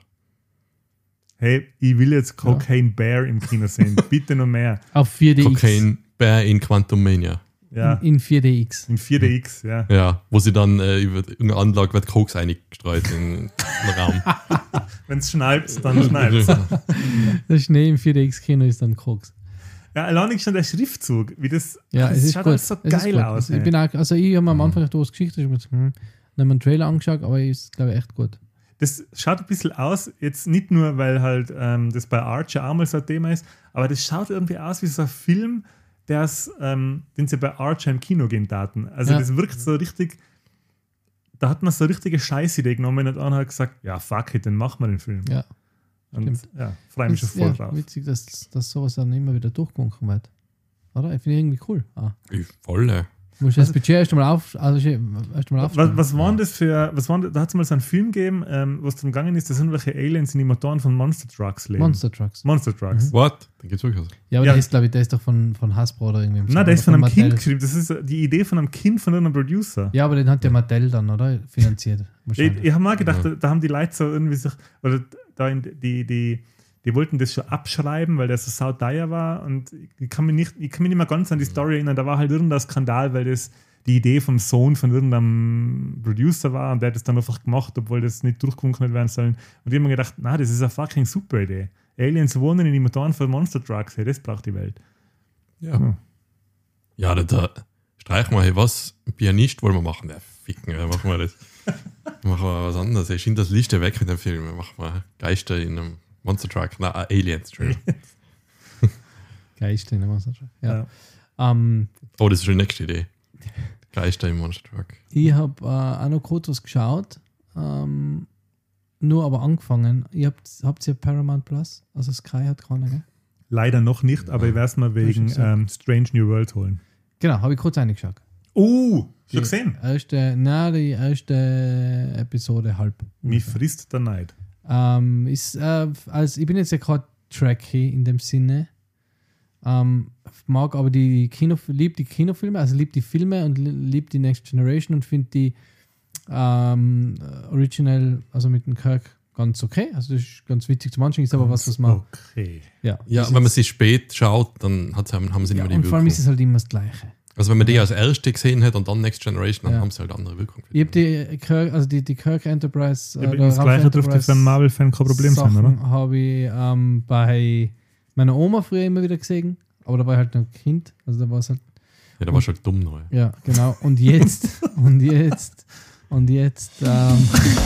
Hey, ich will jetzt Cocaine Bear im Kino sehen. Bitte noch mehr. Auf vier D X. Cocaine Bear in Quantum Mania. Ja, In, in vier D X. in vier D X, ja. Ja, wo sie dann äh, über irgendeine Anlage wird Koks eingestreut in den Raum. Wenn es schneit, dann schneit Der Schnee im vier D X-Kino ist dann Koks. Ja, allein schon der Schriftzug, wie das, Ja, das es ist schaut gut. alles so Es ist geil gut. aus. Ich ey. bin auch, also ich habe mir am Anfang gedacht, was Geschichte ist, ich hab mir hm, dann haben wir einen Trailer angeschaut, aber ist, glaube ich, echt gut. Das schaut ein bisschen aus, jetzt nicht nur, weil halt ähm, das bei Archer auch mal so ein Thema ist, aber das schaut irgendwie aus wie so ein Film, der's, ähm, den sie bei Archer im Kino gehen taten. Also Ja. das wirkt so richtig, da hat man so eine richtige Scheißidee genommen und einer hat gesagt, ja fuck it, dann machen wir den Film. Ja. und stimmt. ja, freue mich schon Das, voll ja, drauf. witzig, dass, dass sowas dann immer wieder durchgewunken wird. Oder? Ich finde irgendwie cool. Ah. Ich volle. Du musst das Budget erst einmal auf, also erst einmal Was, aufstellen. was waren das für, was waren, da hat es mal so einen Film gegeben, ähm, wo es darum gegangen ist, da sind welche Aliens in die Motoren von Monster Trucks leben. Monster Trucks. Monster Trucks. What? Dann geht's wirklich was. Ja, aber Ja. der ist, glaube ich, der ist doch von, von Hasbro oder irgendwie. Nein, der ist von einem Mattel. Kind geschrieben. Das ist die Idee von einem Kind von einem Producer. Ja, aber den hat der Mattel dann, oder? Finanziert. Ich, Wahrscheinlich. ich habe mal gedacht, Ja. da, da haben die Leute so irgendwie sich, oder da in, die, die, die wollten das schon abschreiben, weil der so sauteuer war und ich kann mich nicht, ich kann mich nicht mehr ganz an die Story erinnern, da war halt irgendein Skandal, weil das die Idee vom Sohn von irgendeinem Producer war und der hat das dann einfach gemacht, obwohl das nicht durchgewunken hätte werden sollen. Und ich habe mir gedacht, na, das ist eine fucking super Idee. Aliens wohnen in den Motoren von Monster Trucks, hey, das braucht die Welt. Ja. Ja. Ja, da, da streich mal, hey, was? Pianist wollen wir machen? Ja, ficken, ja, machen wir das. Machen wir was anderes. Ich schind das Licht weg mit dem Film. Machen wir Geister in einem Monster Truck. Na, Aliens, Entschuldigung. Geist in der Monster Truck. Ja. Ja. Ähm, Oh, das ist schon die nächste Idee. Geister im Monster Truck. Ich habe äh, auch noch kurz was geschaut. Ähm, nur aber angefangen. Ihr habt, habt ihr Paramount Plus? Also Sky hat keiner, gell? Leider noch nicht, aber ich werde es mal wegen ähm, Strange New World holen. Genau, habe ich kurz reingeschaut. Oh, Die schon gesehen? Erste, nein, die erste Episode halb. Mich frisst der Neid. Ähm, ist, äh, also ich bin jetzt ja gerade Trekkie in dem Sinne. Ähm, mag aber die Kino, lieb die Kinofilme, also lieb die Filme und lieb die Next Generation und finde die ähm, Original, also mit dem Kirk, ganz okay. Also das ist ganz witzig zum Anschauen, ist aber was, was man... Okay. Ja, Ja, wenn man sie spät schaut, dann hat's, haben sie nicht ja, mehr die und Wirkung. vor allem ist es halt immer das Gleiche. Also wenn man die als erste gesehen hat und dann Next Generation, dann Ja. haben sie halt andere Wirkung. Ich habe die Kirk, also die, die Kirk Enterprise... Ja, äh, das Raumschiff Gleiche dürfte für einen Marvel-Fan kein Problem sein, oder? Sachen habe ich ähm, bei meiner Oma früher immer wieder gesehen, aber da war ich halt noch ein Kind, also da war es halt, Ja, da war schon halt dumm neu. ja, genau. Und jetzt, und jetzt, und jetzt, ähm,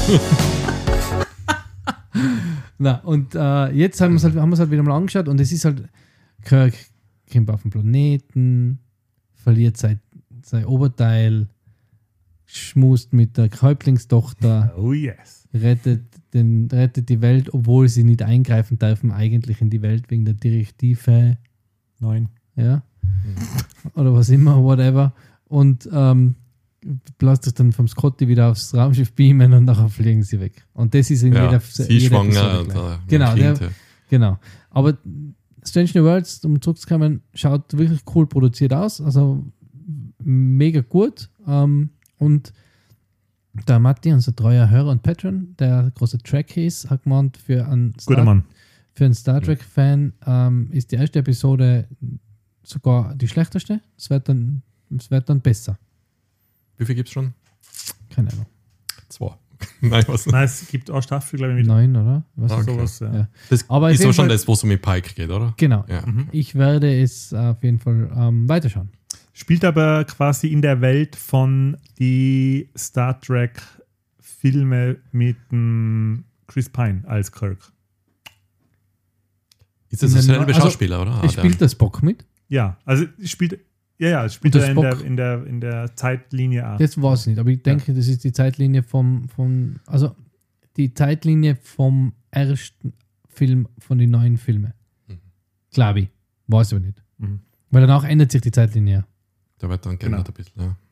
na, und äh, jetzt haben wir es halt, haben wir es halt wieder mal angeschaut und es ist halt, Kirk kommt auf den Planeten, verliert sein, sein Oberteil, schmust mit der Häuptlingstochter, Oh yes. rettet, den, rettet die Welt, obwohl sie nicht eingreifen dürfen, eigentlich in die Welt wegen der Direktive, Neun. ja, oder was immer, whatever. Und ähm, lässt sich dann vom Scotty wieder aufs Raumschiff beamen und nachher fliegen sie weg. Und das ist in Ja, jeder sie jeder schwanger Episode und gleich. äh, Genau, ein der, Kind, ja. genau. Aber Strange New Worlds, um zurückzukommen, schaut wirklich cool produziert aus. Also mega gut. Ähm, und der Matti, unser treuer Hörer und Patron, der große Trekkie ist, hat gemeint, für einen Guter Star, Mann. für einen Star Trek-Fan ähm, ist die erste Episode sogar die schlechteste. Es wird dann, es wird dann besser. Wie viel gibt es schon? Keine Ahnung. Zwei. Nein, was nicht. Nein, es gibt auch Staffel, glaube ich, mit Neun, oder? Was Okay. sowas. Ja. Ja. Das Aber auf ist jeden aber schon Fall- das, wo es um den Pike geht, oder? Genau. Ja. Mhm. Ich werde es auf jeden Fall ähm, weiterschauen. Spielt aber quasi in der Welt von die Star Trek Filme mit dem Chris Pine als Kirk. Ist das In der derselbe Neu- also, Schauspieler, oder? Ah, Es spielt der Spock mit? Ja, also es spielt ja, ja, es spielt Und der er in der, Spock? in, der, in der Zeitlinie auch. Das weiß ich nicht, aber ich denke, das ist die Zeitlinie vom, vom, also die Zeitlinie vom ersten Film von den neuen Filmen. Mhm. Glaube ich. Weiß ich aber nicht. Mhm. Weil danach ändert sich die Zeitlinie. Der wird dann geändert ein bisschen, ja.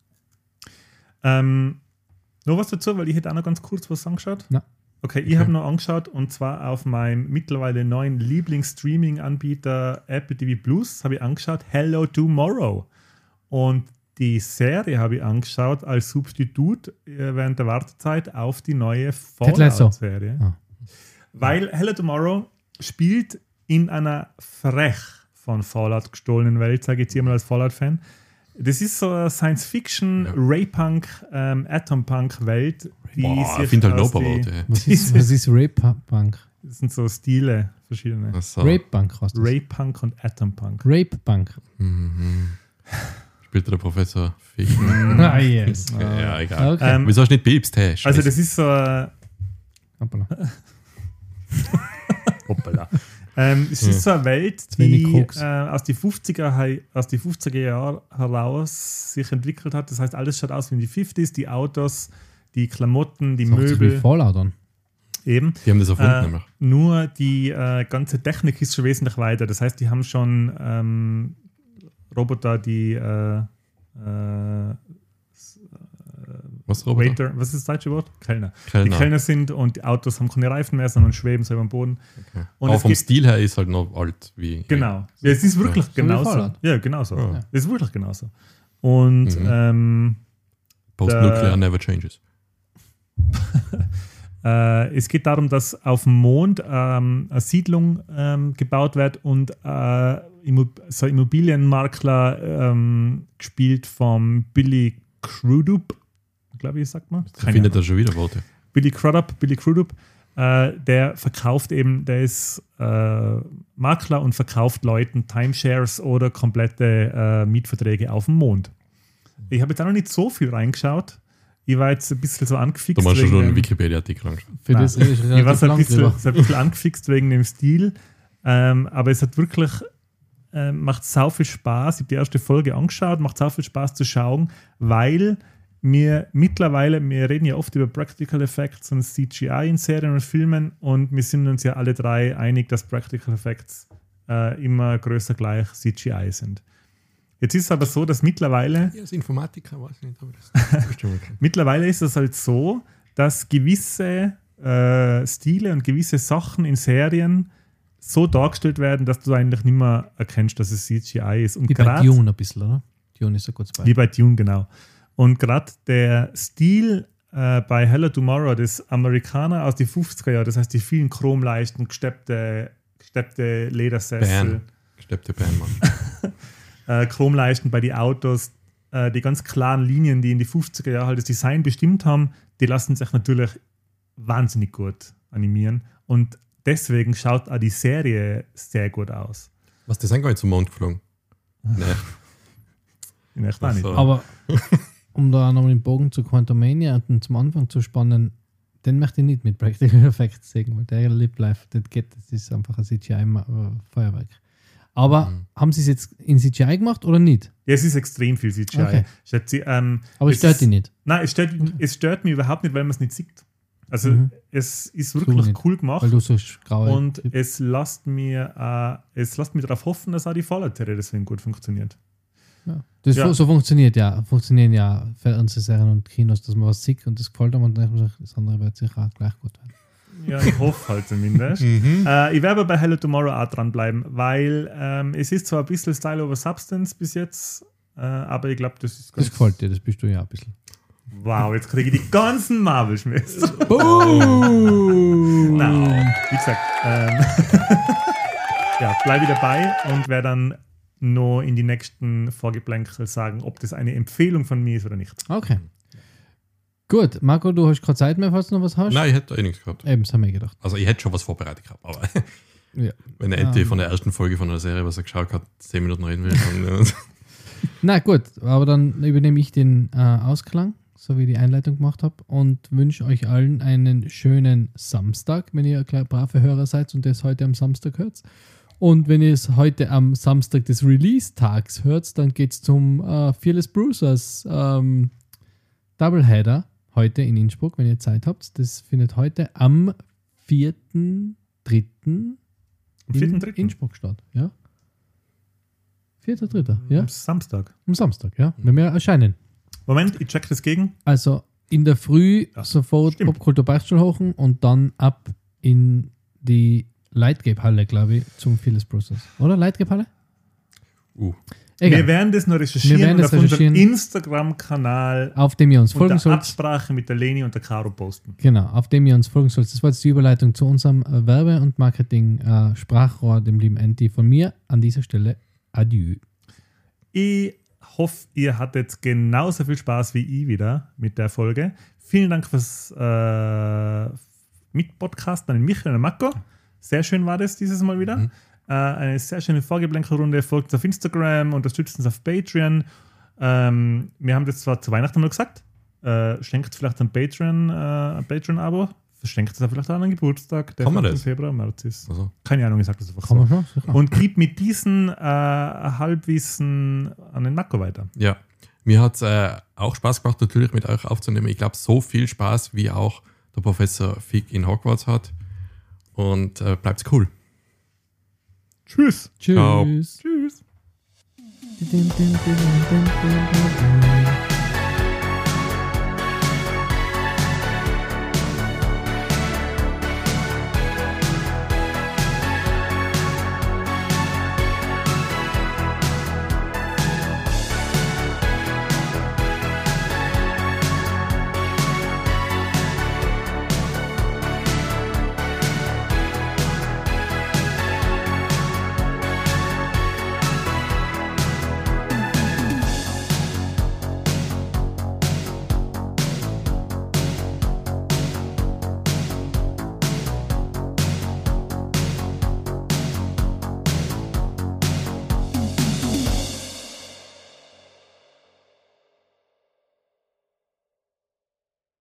Ähm, noch was dazu, weil ich hätte auch noch ganz kurz was angeschaut. Na. Okay, ich Okay. habe noch angeschaut und zwar auf meinem mittlerweile neuen Lieblings-Streaming-Anbieter Apple T V Plus habe ich angeschaut Hello Tomorrow. Und die Serie habe ich angeschaut als Substitut äh, während der Wartezeit auf die neue Ted Lasso. Fallout-Serie. Ah. Weil Hello Tomorrow spielt in einer frech von Fallout gestohlenen Welt, sage ich jetzt hier mal als Fallout-Fan. Das ist so eine Science-Fiction, Ja. Ray-Punk, ähm, Atom-Punk-Welt. die Boah, sich ich finde halt aus noch die- Worte. Was ist, was ist Rape-Punk? Das sind so Stile, verschiedene. Also, Rape-Punk heißt das. Ray-Punk und Atom-Punk. Rape-Punk. mhm. Spielt der Professor Fichten? Ah, yes. Ja, egal. Okay. Ähm, Wieso hast du nicht piepst? Hey, Also Scheiße. das ist so ein Hoppala. Hoppala. ähm, es ist so eine Welt, wenig die Koks. äh, aus den fünfziger, hei- aus die fünfziger Jahren heraus sich entwickelt hat. Das heißt, alles schaut aus wie in die fünfziger, die Autos, die Klamotten, die Das macht sich wie Möbel. Fallout an. Eben. Die haben das erfunden, Äh, nämlich. nur die äh, ganze Technik ist schon wesentlich weiter. Das heißt, die haben schon ähm, Roboter, die äh, äh, Was, Roboter? Waiter, was ist das deutsche Wort? Kellner. Kellner. Die Kellner sind und die Autos haben keine Reifen mehr, sondern schweben so über den Boden. Okay. Und Aber es vom gibt- Stil her ist halt noch alt wie. Genau. Ja, es ist wirklich So wie genauso. Fallout. Ja, genauso. Ja. Es ist wirklich genauso. Und Mhm. ähm, Post-Nuclear Der- never changes. Äh, es geht darum, dass auf dem Mond ähm, eine Siedlung ähm, gebaut wird und äh, Immo- so ein Immobilienmakler ähm, gespielt vom Billy Crudup, glaube ich, sagt man. Da Keine findet Ahnung. er schon wieder Worte. Billy Crudup, Billy Crudup, äh, der verkauft eben, der ist äh, Makler und verkauft Leuten Timeshares oder komplette äh, Mietverträge auf dem Mond. Ich habe jetzt auch noch nicht so viel reingeschaut. Ich war jetzt ein bisschen so angefixt. Da machst du wegen schon einen dem- Wikipedia-Artikel angeschaut. Für Nein. das rede ich ich war relativ so ein, lang bisschen, drüber. so ein bisschen angefixt wegen dem Stil. Ähm, aber es hat wirklich äh, macht sau viel Spaß. Ich habe die erste Folge angeschaut, macht sau viel Spaß zu schauen, weil wir mittlerweile, wir reden ja oft über Practical Effects und C G I in Serien und Filmen und wir sind uns ja alle drei einig, dass Practical Effects äh, immer größer gleich C G I sind. Jetzt ist es aber so, dass mittlerweile Ja, als Informatiker weiß ich nicht, aber das ist schon okay. mittlerweile ist es halt so, dass gewisse äh, Stile und gewisse Sachen in Serien so dargestellt werden, dass du eigentlich nicht mehr erkennst, dass es C G I ist. Und Wie bei grad- Dune ein bisschen, oder? Dune ist ein gutes Wie Beispiel. bei Dune, genau. Und gerade der Stil äh, bei Hello Tomorrow, das Amerikaner aus den fünfziger Jahren, das heißt die vielen Chromleisten, gesteppte, gesteppte Ledersessel, Bam. Gesteppte Bam, Mann. äh, Chromleisten bei den Autos, äh, die ganz klaren Linien, die in die fünfziger Jahre halt das Design bestimmt haben, die lassen sich natürlich wahnsinnig gut animieren. Und deswegen schaut auch die Serie sehr gut aus. Was, die sind gar nicht zum Mond geflogen? Nee. In echt auch nicht. Also, Aber um da nochmal den Bogen zu Quantumania und zum Anfang zu spannen, den möchte ich nicht mit Practical Effects sehen, weil der Live Life, das geht, das ist einfach ein C G I-Feuerwerk. Aber Mhm. haben sie es jetzt in C G I gemacht oder nicht? Ja, es ist extrem viel C G I. Okay. Schätze ich, ähm, Aber es es stört ist- dich nicht. Nein, es stört, es stört mich überhaupt nicht, weil man es nicht sieht. Also Mhm. es ist So wirklich nicht, cool gemacht Weil du so graue. und es lässt mir, äh, es lässt mich darauf hoffen, dass auch die Fallout-Serie deswegen gut funktioniert. Ja. Das Ja. so, so funktioniert ja. Funktionieren ja Fernsehserien und Kinos, dass man was sieht und das gefällt einem und dann denkt man sich, das andere wird sicher auch gleich gut werden. Ja, ich hoffe halt zumindest. Mhm. äh, ich werde aber bei Hello Tomorrow auch dranbleiben, weil ähm, es ist zwar ein bisschen Style over Substance bis jetzt, äh, aber ich glaube, das ist Das ganz... gefällt dir, das bist du ja ein bisschen. Wow, jetzt kriege ich die ganzen Marvel-Schmiss. Boom! Nein, wie gesagt, ähm, ja, bleibe ich dabei und werde dann noch in die nächsten Vorgeplänkel sagen, ob das eine Empfehlung von mir ist oder nicht. Okay. Gut, Marco, du hast keine Zeit mehr, falls du noch was hast? Nein, ich hätte da eh nichts gehabt. Eben, das haben wir gedacht. Also ich hätte schon was vorbereitet gehabt, aber Ja. wenn der Enti Ähm. von der ersten Folge von der Serie, was er geschaut hat, zehn Minuten reden will, dann äh, Na gut, aber dann übernehme ich den äh, Ausklang, so wie ich die Einleitung gemacht habe, und wünsche euch allen einen schönen Samstag, wenn ihr klar brave Hörer seid und das heute am Samstag hört. Und wenn ihr es heute am Samstag des Release-Tags hört, dann geht es zum äh, Fearless Bruisers ähm, Doubleheader heute in Innsbruck, wenn ihr Zeit habt. Das findet heute am vierten dritten Am vierten in dritten Innsbruck statt. Ja? vierter dritter Ja? Am Samstag. Am Samstag, ja. Wenn wir erscheinen. Moment, ich check das gegen. Also in der Früh Ja, sofort stimmt. Popkultur Beichtstuhl hochen und dann ab in die Lightgate-Halle, glaube ich, zum Phyllis Process. Oder? Lightgate-Halle? uh, Egal. Wir werden das noch recherchieren Wir werden und das auf unserem recherchieren. Instagram-Kanal auf dem ihr uns folgen unter sollt. Absprache mit der Leni und der Caro posten. Genau, auf dem ihr uns folgen sollt. Das war jetzt die Überleitung zu unserem äh, Werbe- und Marketing-Sprachrohr, dem lieben Andy. Von mir an dieser Stelle Adieu. Ich hoffe, ihr hattet genauso viel Spaß wie ich wieder mit der Folge. Vielen Dank fürs äh, Mitpodcasten an den Michael und den Marco. Sehr schön war das dieses Mal wieder. Mhm. Äh, eine sehr schöne Vorgeblänkelrunde. Folgt uns auf Instagram, unterstützt uns auf Patreon. Ähm, wir haben das zwar zu Weihnachten mal gesagt. Äh, schenkt vielleicht ein Patreon, äh, ein Patreon-Abo. Verschenkt es auch vielleicht an einen Geburtstag, der Kann man vielleicht das? im Februar, März ist. also, Keine Ahnung, ich sage das einfach Kann so. man schon? Sicher. Und gib mit diesem äh, Halbwissen an den Marco weiter. ja. Mir hat es äh, auch Spaß gemacht, natürlich mit euch aufzunehmen. Ich glaube, so viel Spaß, wie auch der Professor Fig in Hogwarts hat. Und äh, bleibt's cool. Tschüss. Tschüss. Tschüss. Dim, dim, dim, dim, dim, dim, dim.